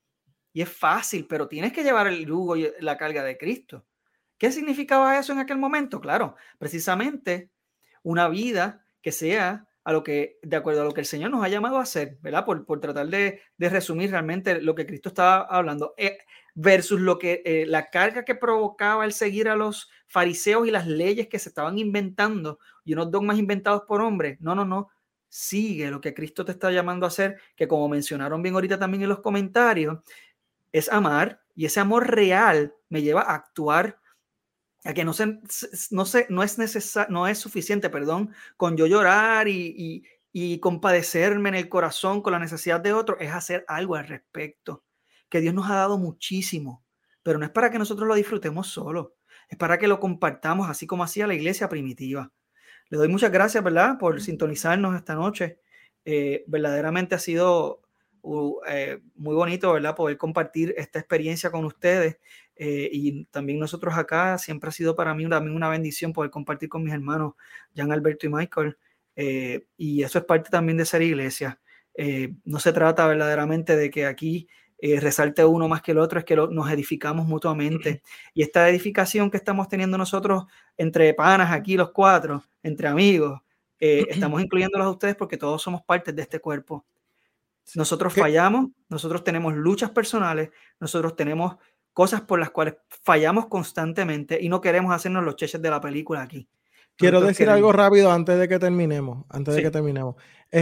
y es fácil, pero tienes que llevar el yugo y la carga de Cristo. ¿Qué significaba eso en aquel momento? Claro, precisamente una vida que sea a lo que, de acuerdo a lo que el Señor nos ha llamado a hacer, ¿verdad? Por, por tratar de, de resumir realmente lo que Cristo estaba hablando, eh, versus lo que eh, la carga que provocaba el seguir a los fariseos y las leyes que se estaban inventando y unos dogmas inventados por hombres. No, no, no. Sigue lo que Cristo te está llamando a hacer, que como mencionaron bien ahorita también en los comentarios, es amar, y ese amor real me lleva a actuar, a que no, se, no, se, no, es, necesar, no es suficiente, perdón, con yo llorar y, y, y compadecerme en el corazón con la necesidad de otro, es hacer algo al respecto, que Dios nos ha dado muchísimo, pero no es para que nosotros lo disfrutemos solo, es para que lo compartamos así como hacía la iglesia primitiva. Le doy muchas gracias, ¿verdad?, por sintonizarnos esta noche. Eh, verdaderamente ha sido uh, eh, muy bonito, ¿verdad?, poder compartir esta experiencia con ustedes. Eh, y también nosotros acá, siempre ha sido para mí también una bendición poder compartir con mis hermanos Jan Alberto y Michael. Eh, y eso es parte también de ser iglesia. Eh, no se trata verdaderamente de que aquí eh, resalte uno más que el otro, es que lo, nos edificamos mutuamente. Y esta edificación que estamos teniendo nosotros entre panas aquí, los cuatro, entre amigos, eh, estamos incluyéndolos a ustedes porque todos somos partes de este cuerpo. Nosotros fallamos, nosotros tenemos luchas personales, nosotros tenemos cosas por las cuales fallamos constantemente y no queremos hacernos los cheches de la película aquí. Quiero Nosotros decir queremos... algo rápido antes de que terminemos. Antes Sí, de que terminemos.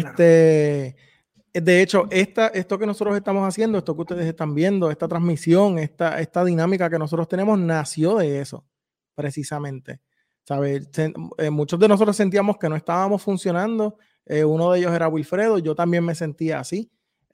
Este, claro. De hecho, esta, esto que nosotros estamos haciendo, esto que ustedes están viendo, esta transmisión, esta, esta dinámica que nosotros tenemos, nació de eso, precisamente. ¿Sabes? Eh, muchos de nosotros sentíamos que no estábamos funcionando. Eh, uno de ellos era Wilfredo. Yo también me sentía así.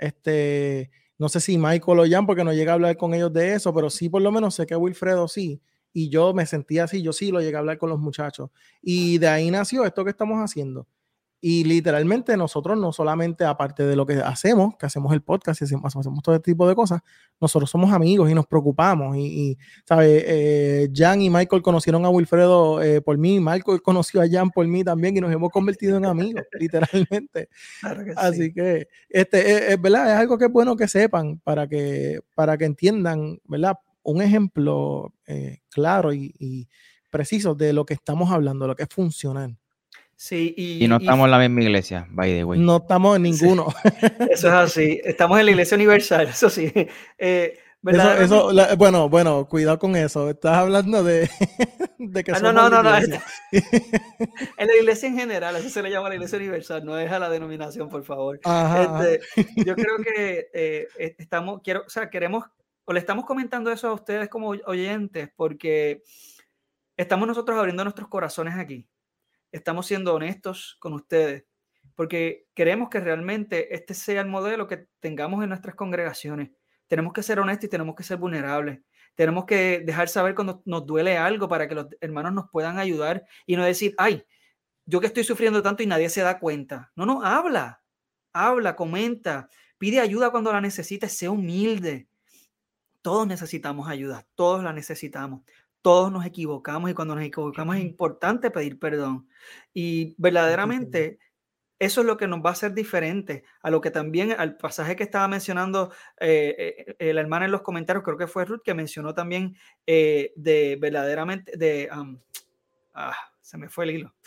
Este, no sé si Michael o Jan, porque no llegué a hablar con ellos de eso, pero sí, por lo menos sé que Wilfredo sí. Y yo me sentía así, yo sí lo llegué a hablar con los muchachos. Y de ahí nació esto que estamos haciendo. Y literalmente nosotros no solamente, aparte de lo que hacemos, que hacemos el podcast y hacemos, hacemos todo este tipo de cosas, nosotros somos amigos y nos preocupamos. Y, y ¿sabes? Eh, Jan y Michael conocieron a Wilfredo eh, por mí, Michael conoció a Jan por mí también y nos hemos convertido en amigos, literalmente. Claro que Así sí. que, este, es, es verdad, es algo que es bueno que sepan para que, para que entiendan, ¿verdad? Un ejemplo eh, claro y, y preciso de lo que estamos hablando, lo que es funcional. Sí, y, y no y, estamos en la misma iglesia, by the way. No estamos en ninguno. Sí, eso es así. Estamos en la iglesia universal, eso sí. Eh, eso, eso, la, bueno, bueno, cuidado con eso. Estás hablando de, de que ah, somos no, no, la no, iglesia. no. En la iglesia en general, eso se le llama la iglesia universal, no es a la denominación, por favor. Ajá, este, yo creo que eh, estamos, quiero, o sea, queremos, o le estamos comentando eso a ustedes como oyentes, porque estamos nosotros abriendo nuestros corazones aquí. Estamos siendo honestos con ustedes, porque queremos que realmente este sea el modelo que tengamos en nuestras congregaciones. Tenemos que ser honestos y tenemos que ser vulnerables. Tenemos que dejar saber cuando nos duele algo para que los hermanos nos puedan ayudar y no decir, ay, yo que estoy sufriendo tanto y nadie se da cuenta. No, no, habla, habla, comenta, pide ayuda cuando la necesites, sé humilde. Todos necesitamos ayuda, todos la necesitamos. Todos nos equivocamos y cuando nos equivocamos es importante pedir perdón. Y verdaderamente eso es lo que nos va a hacer diferente a lo que también, al pasaje que estaba mencionando eh, eh, la hermana en los comentarios, creo que fue Ruth, que mencionó también eh, de verdaderamente, de, um, ah, se me fue el hilo.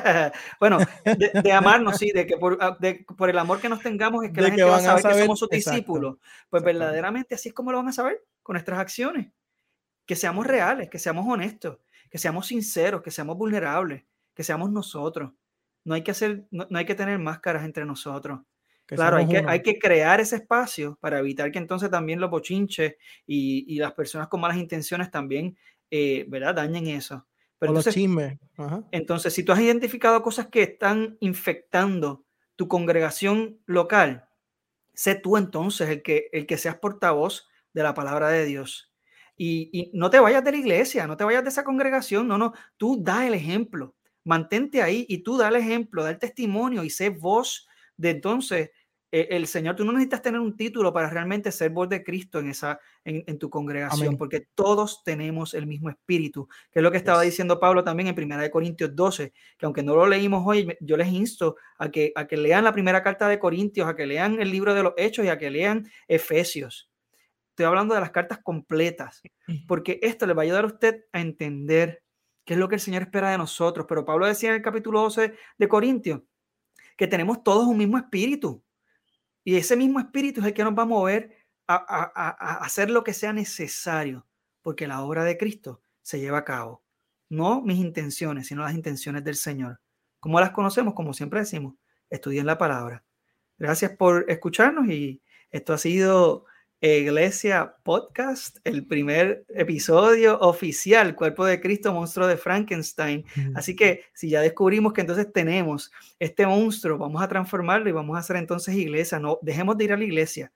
bueno, de, de amarnos, sí, de que por, de, por el amor que nos tengamos es que de la gente que va a saber, a saber que somos sus exacto, discípulos. Pues verdaderamente así es como lo van a saber, con nuestras acciones. Que seamos reales, que seamos honestos, que seamos sinceros, que seamos vulnerables, que seamos nosotros. no hay que hacer, no, no hay que tener máscaras entre nosotros. Que claro, hay somos que, uno. hay que crear ese espacio para evitar que entonces también los bochinches y, y las personas con malas intenciones también, eh, ¿verdad?, dañen eso. Pero o entonces, los chismes. Ajá. entonces, si tú has identificado cosas que están infectando tu congregación local, sé tú entonces el que, el que seas portavoz de la palabra de Dios. Y, y no te vayas de la iglesia, no te vayas de esa congregación, no, no, tú da el ejemplo, mantente ahí y tú da el ejemplo, da el testimonio y sé voz de entonces eh, el Señor. Tú no necesitas tener un título para realmente ser voz de Cristo en, esa, en, en tu congregación, Amén. porque todos tenemos el mismo espíritu, que es lo que estaba Yes. diciendo Pablo también en primera de Corintios doce, que aunque no lo leímos hoy, yo les insto a que, a que lean la primera carta de Corintios, a que lean el libro de los Hechos y a que lean Efesios. Estoy hablando de las cartas completas, porque esto le va a ayudar a usted a entender qué es lo que el Señor espera de nosotros. Pero Pablo decía en el capítulo doce de Corintios que tenemos todos un mismo espíritu, y ese mismo espíritu es el que nos va a mover a, a, a, a hacer lo que sea necesario, porque la obra de Cristo se lleva a cabo. No mis intenciones, sino las intenciones del Señor. ¿Cómo las conocemos? Como siempre decimos, estudien la palabra. Gracias por escucharnos y esto ha sido Iglesia Podcast, el primer episodio oficial, Cuerpo de Cristo, Monstruo de Frankenstein. Así que si ya descubrimos que entonces tenemos este monstruo, vamos a transformarlo y vamos a hacer entonces iglesia. No dejemos de ir a la iglesia,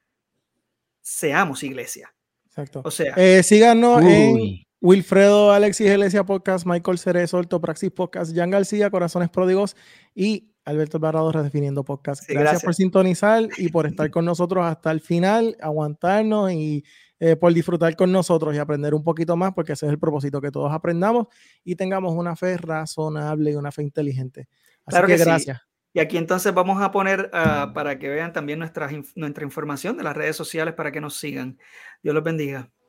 seamos iglesia. Exacto. O sea, eh, síganos Uy. en Wilfredo, Alexis, Iglesia Podcast, Michael Cerezo, Ortopraxis Podcast, Jan García, Corazones Pródigos y Alberto Alvarado, Redefiniendo Podcast. Sí, gracias, gracias por sintonizar y por estar con nosotros hasta el final, aguantarnos y eh, por disfrutar con nosotros y aprender un poquito más, porque ese es el propósito, que todos aprendamos y tengamos una fe razonable y una fe inteligente. Así claro que, que sí. gracias. Y aquí entonces vamos a poner uh, para que vean también nuestra, nuestra información de las redes sociales para que nos sigan. Dios los bendiga.